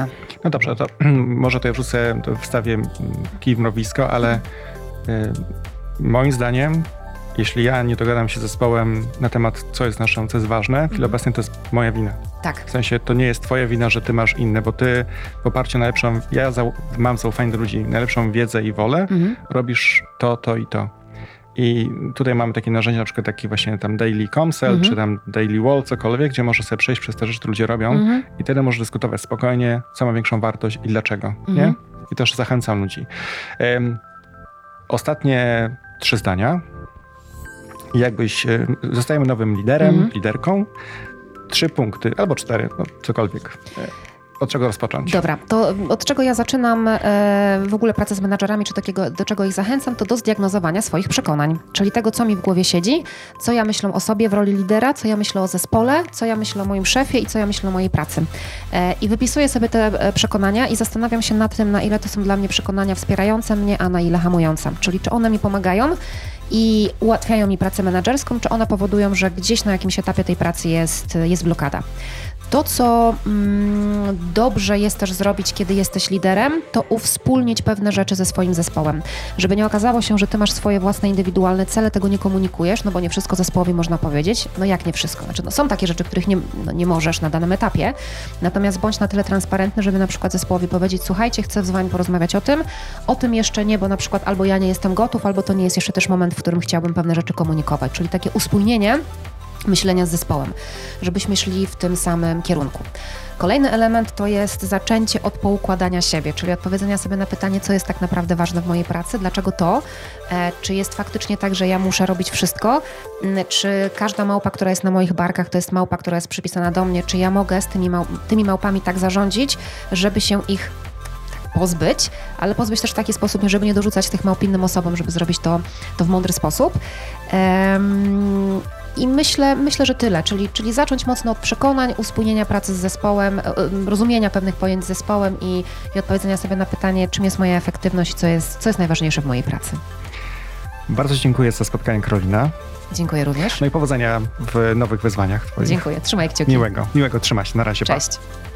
Speaker 2: No dobrze, to może to ja wrzucę, to wstawię kij w mrowisko, ale y, moim zdaniem, jeśli ja nie dogadam się z zespołem na temat, co jest naszą, co jest ważne, w chwili
Speaker 1: Mhm.
Speaker 2: obecnej to jest moja wina.
Speaker 1: Tak.
Speaker 2: W sensie to nie jest twoja wina, że ty masz inne, bo ty w oparciu na lepszą, ja zau, mam zaufanie do ludzi, najlepszą wiedzę i wolę,
Speaker 1: Mhm.
Speaker 2: robisz to, to i to. I tutaj mamy takie narzędzia, na przykład taki właśnie tam Daily Comsel,
Speaker 1: Mhm.
Speaker 2: czy tam Daily Wall, cokolwiek, gdzie możesz sobie przejść przez te rzeczy, które ludzie robią
Speaker 1: Mhm.
Speaker 2: i wtedy możesz dyskutować spokojnie, co ma większą wartość i dlaczego,
Speaker 1: Mhm.
Speaker 2: nie? I też zachęcam ludzi. Um, ostatnie trzy zdania. Jakbyś, e, zostajemy nowym liderem,
Speaker 1: Mhm.
Speaker 2: liderką, trzy punkty, albo cztery, no, cokolwiek. E, Od czego rozpocząć?
Speaker 1: Dobra, to od czego ja zaczynam e, w ogóle pracę z menadżerami, czy takiego, do czego ich zachęcam, to do zdiagnozowania swoich przekonań, czyli tego, co mi w głowie siedzi, co ja myślę o sobie w roli lidera, co ja myślę o zespole, co ja myślę o moim szefie i co ja myślę o mojej pracy. E, I wypisuję sobie te e, przekonania i zastanawiam się nad tym, na ile to są dla mnie przekonania wspierające mnie, a na ile hamujące, czyli czy one mi pomagają i ułatwiają mi pracę menedżerską, czy one powodują, że gdzieś na jakimś etapie tej pracy jest, jest blokada. To, co mm, dobrze jest też zrobić, kiedy jesteś liderem, to uwspólnić pewne rzeczy ze swoim zespołem. Żeby nie okazało się, że ty masz swoje własne indywidualne cele, tego nie komunikujesz, no bo nie wszystko zespołowi można powiedzieć. No jak nie wszystko? Znaczy, no są takie rzeczy, których nie, no nie możesz na danym etapie, natomiast bądź na tyle transparentny, żeby na przykład zespołowi powiedzieć: słuchajcie, chcę z wami porozmawiać o tym, o tym jeszcze nie, bo na przykład albo ja nie jestem gotów, albo to nie jest jeszcze też moment, w którym chciałbym pewne rzeczy komunikować. Czyli takie uspójnienie myślenia z zespołem, żebyśmy szli w tym samym kierunku. Kolejny element to jest zaczęcie od poukładania siebie, czyli odpowiedzenia sobie na pytanie, co jest tak naprawdę ważne w mojej pracy, dlaczego to, e, czy jest faktycznie tak, że ja muszę robić wszystko, m, czy każda małpa, która jest na moich barkach, to jest małpa, która jest przypisana do mnie, czy ja mogę z tymi, mał- tymi małpami tak zarządzić, żeby się ich pozbyć, ale pozbyć też w taki sposób, żeby nie dorzucać tych małp innym osobom, żeby zrobić to, to w mądry sposób. Um, I myślę, myślę, że tyle, czyli, czyli zacząć mocno od przekonań, uspójnienia pracy z zespołem, rozumienia pewnych pojęć z zespołem i, i odpowiedzenia sobie na pytanie, czym jest moja efektywność, co jest, co jest najważniejsze w mojej pracy.
Speaker 2: Bardzo dziękuję za spotkanie, Karolina.
Speaker 1: Dziękuję również.
Speaker 2: No i powodzenia w nowych wyzwaniach twoich.
Speaker 1: Dziękuję. Trzymaj kciuki.
Speaker 2: Miłego, miłego, trzymaj się. Na razie.
Speaker 1: Cześć.
Speaker 2: Pa.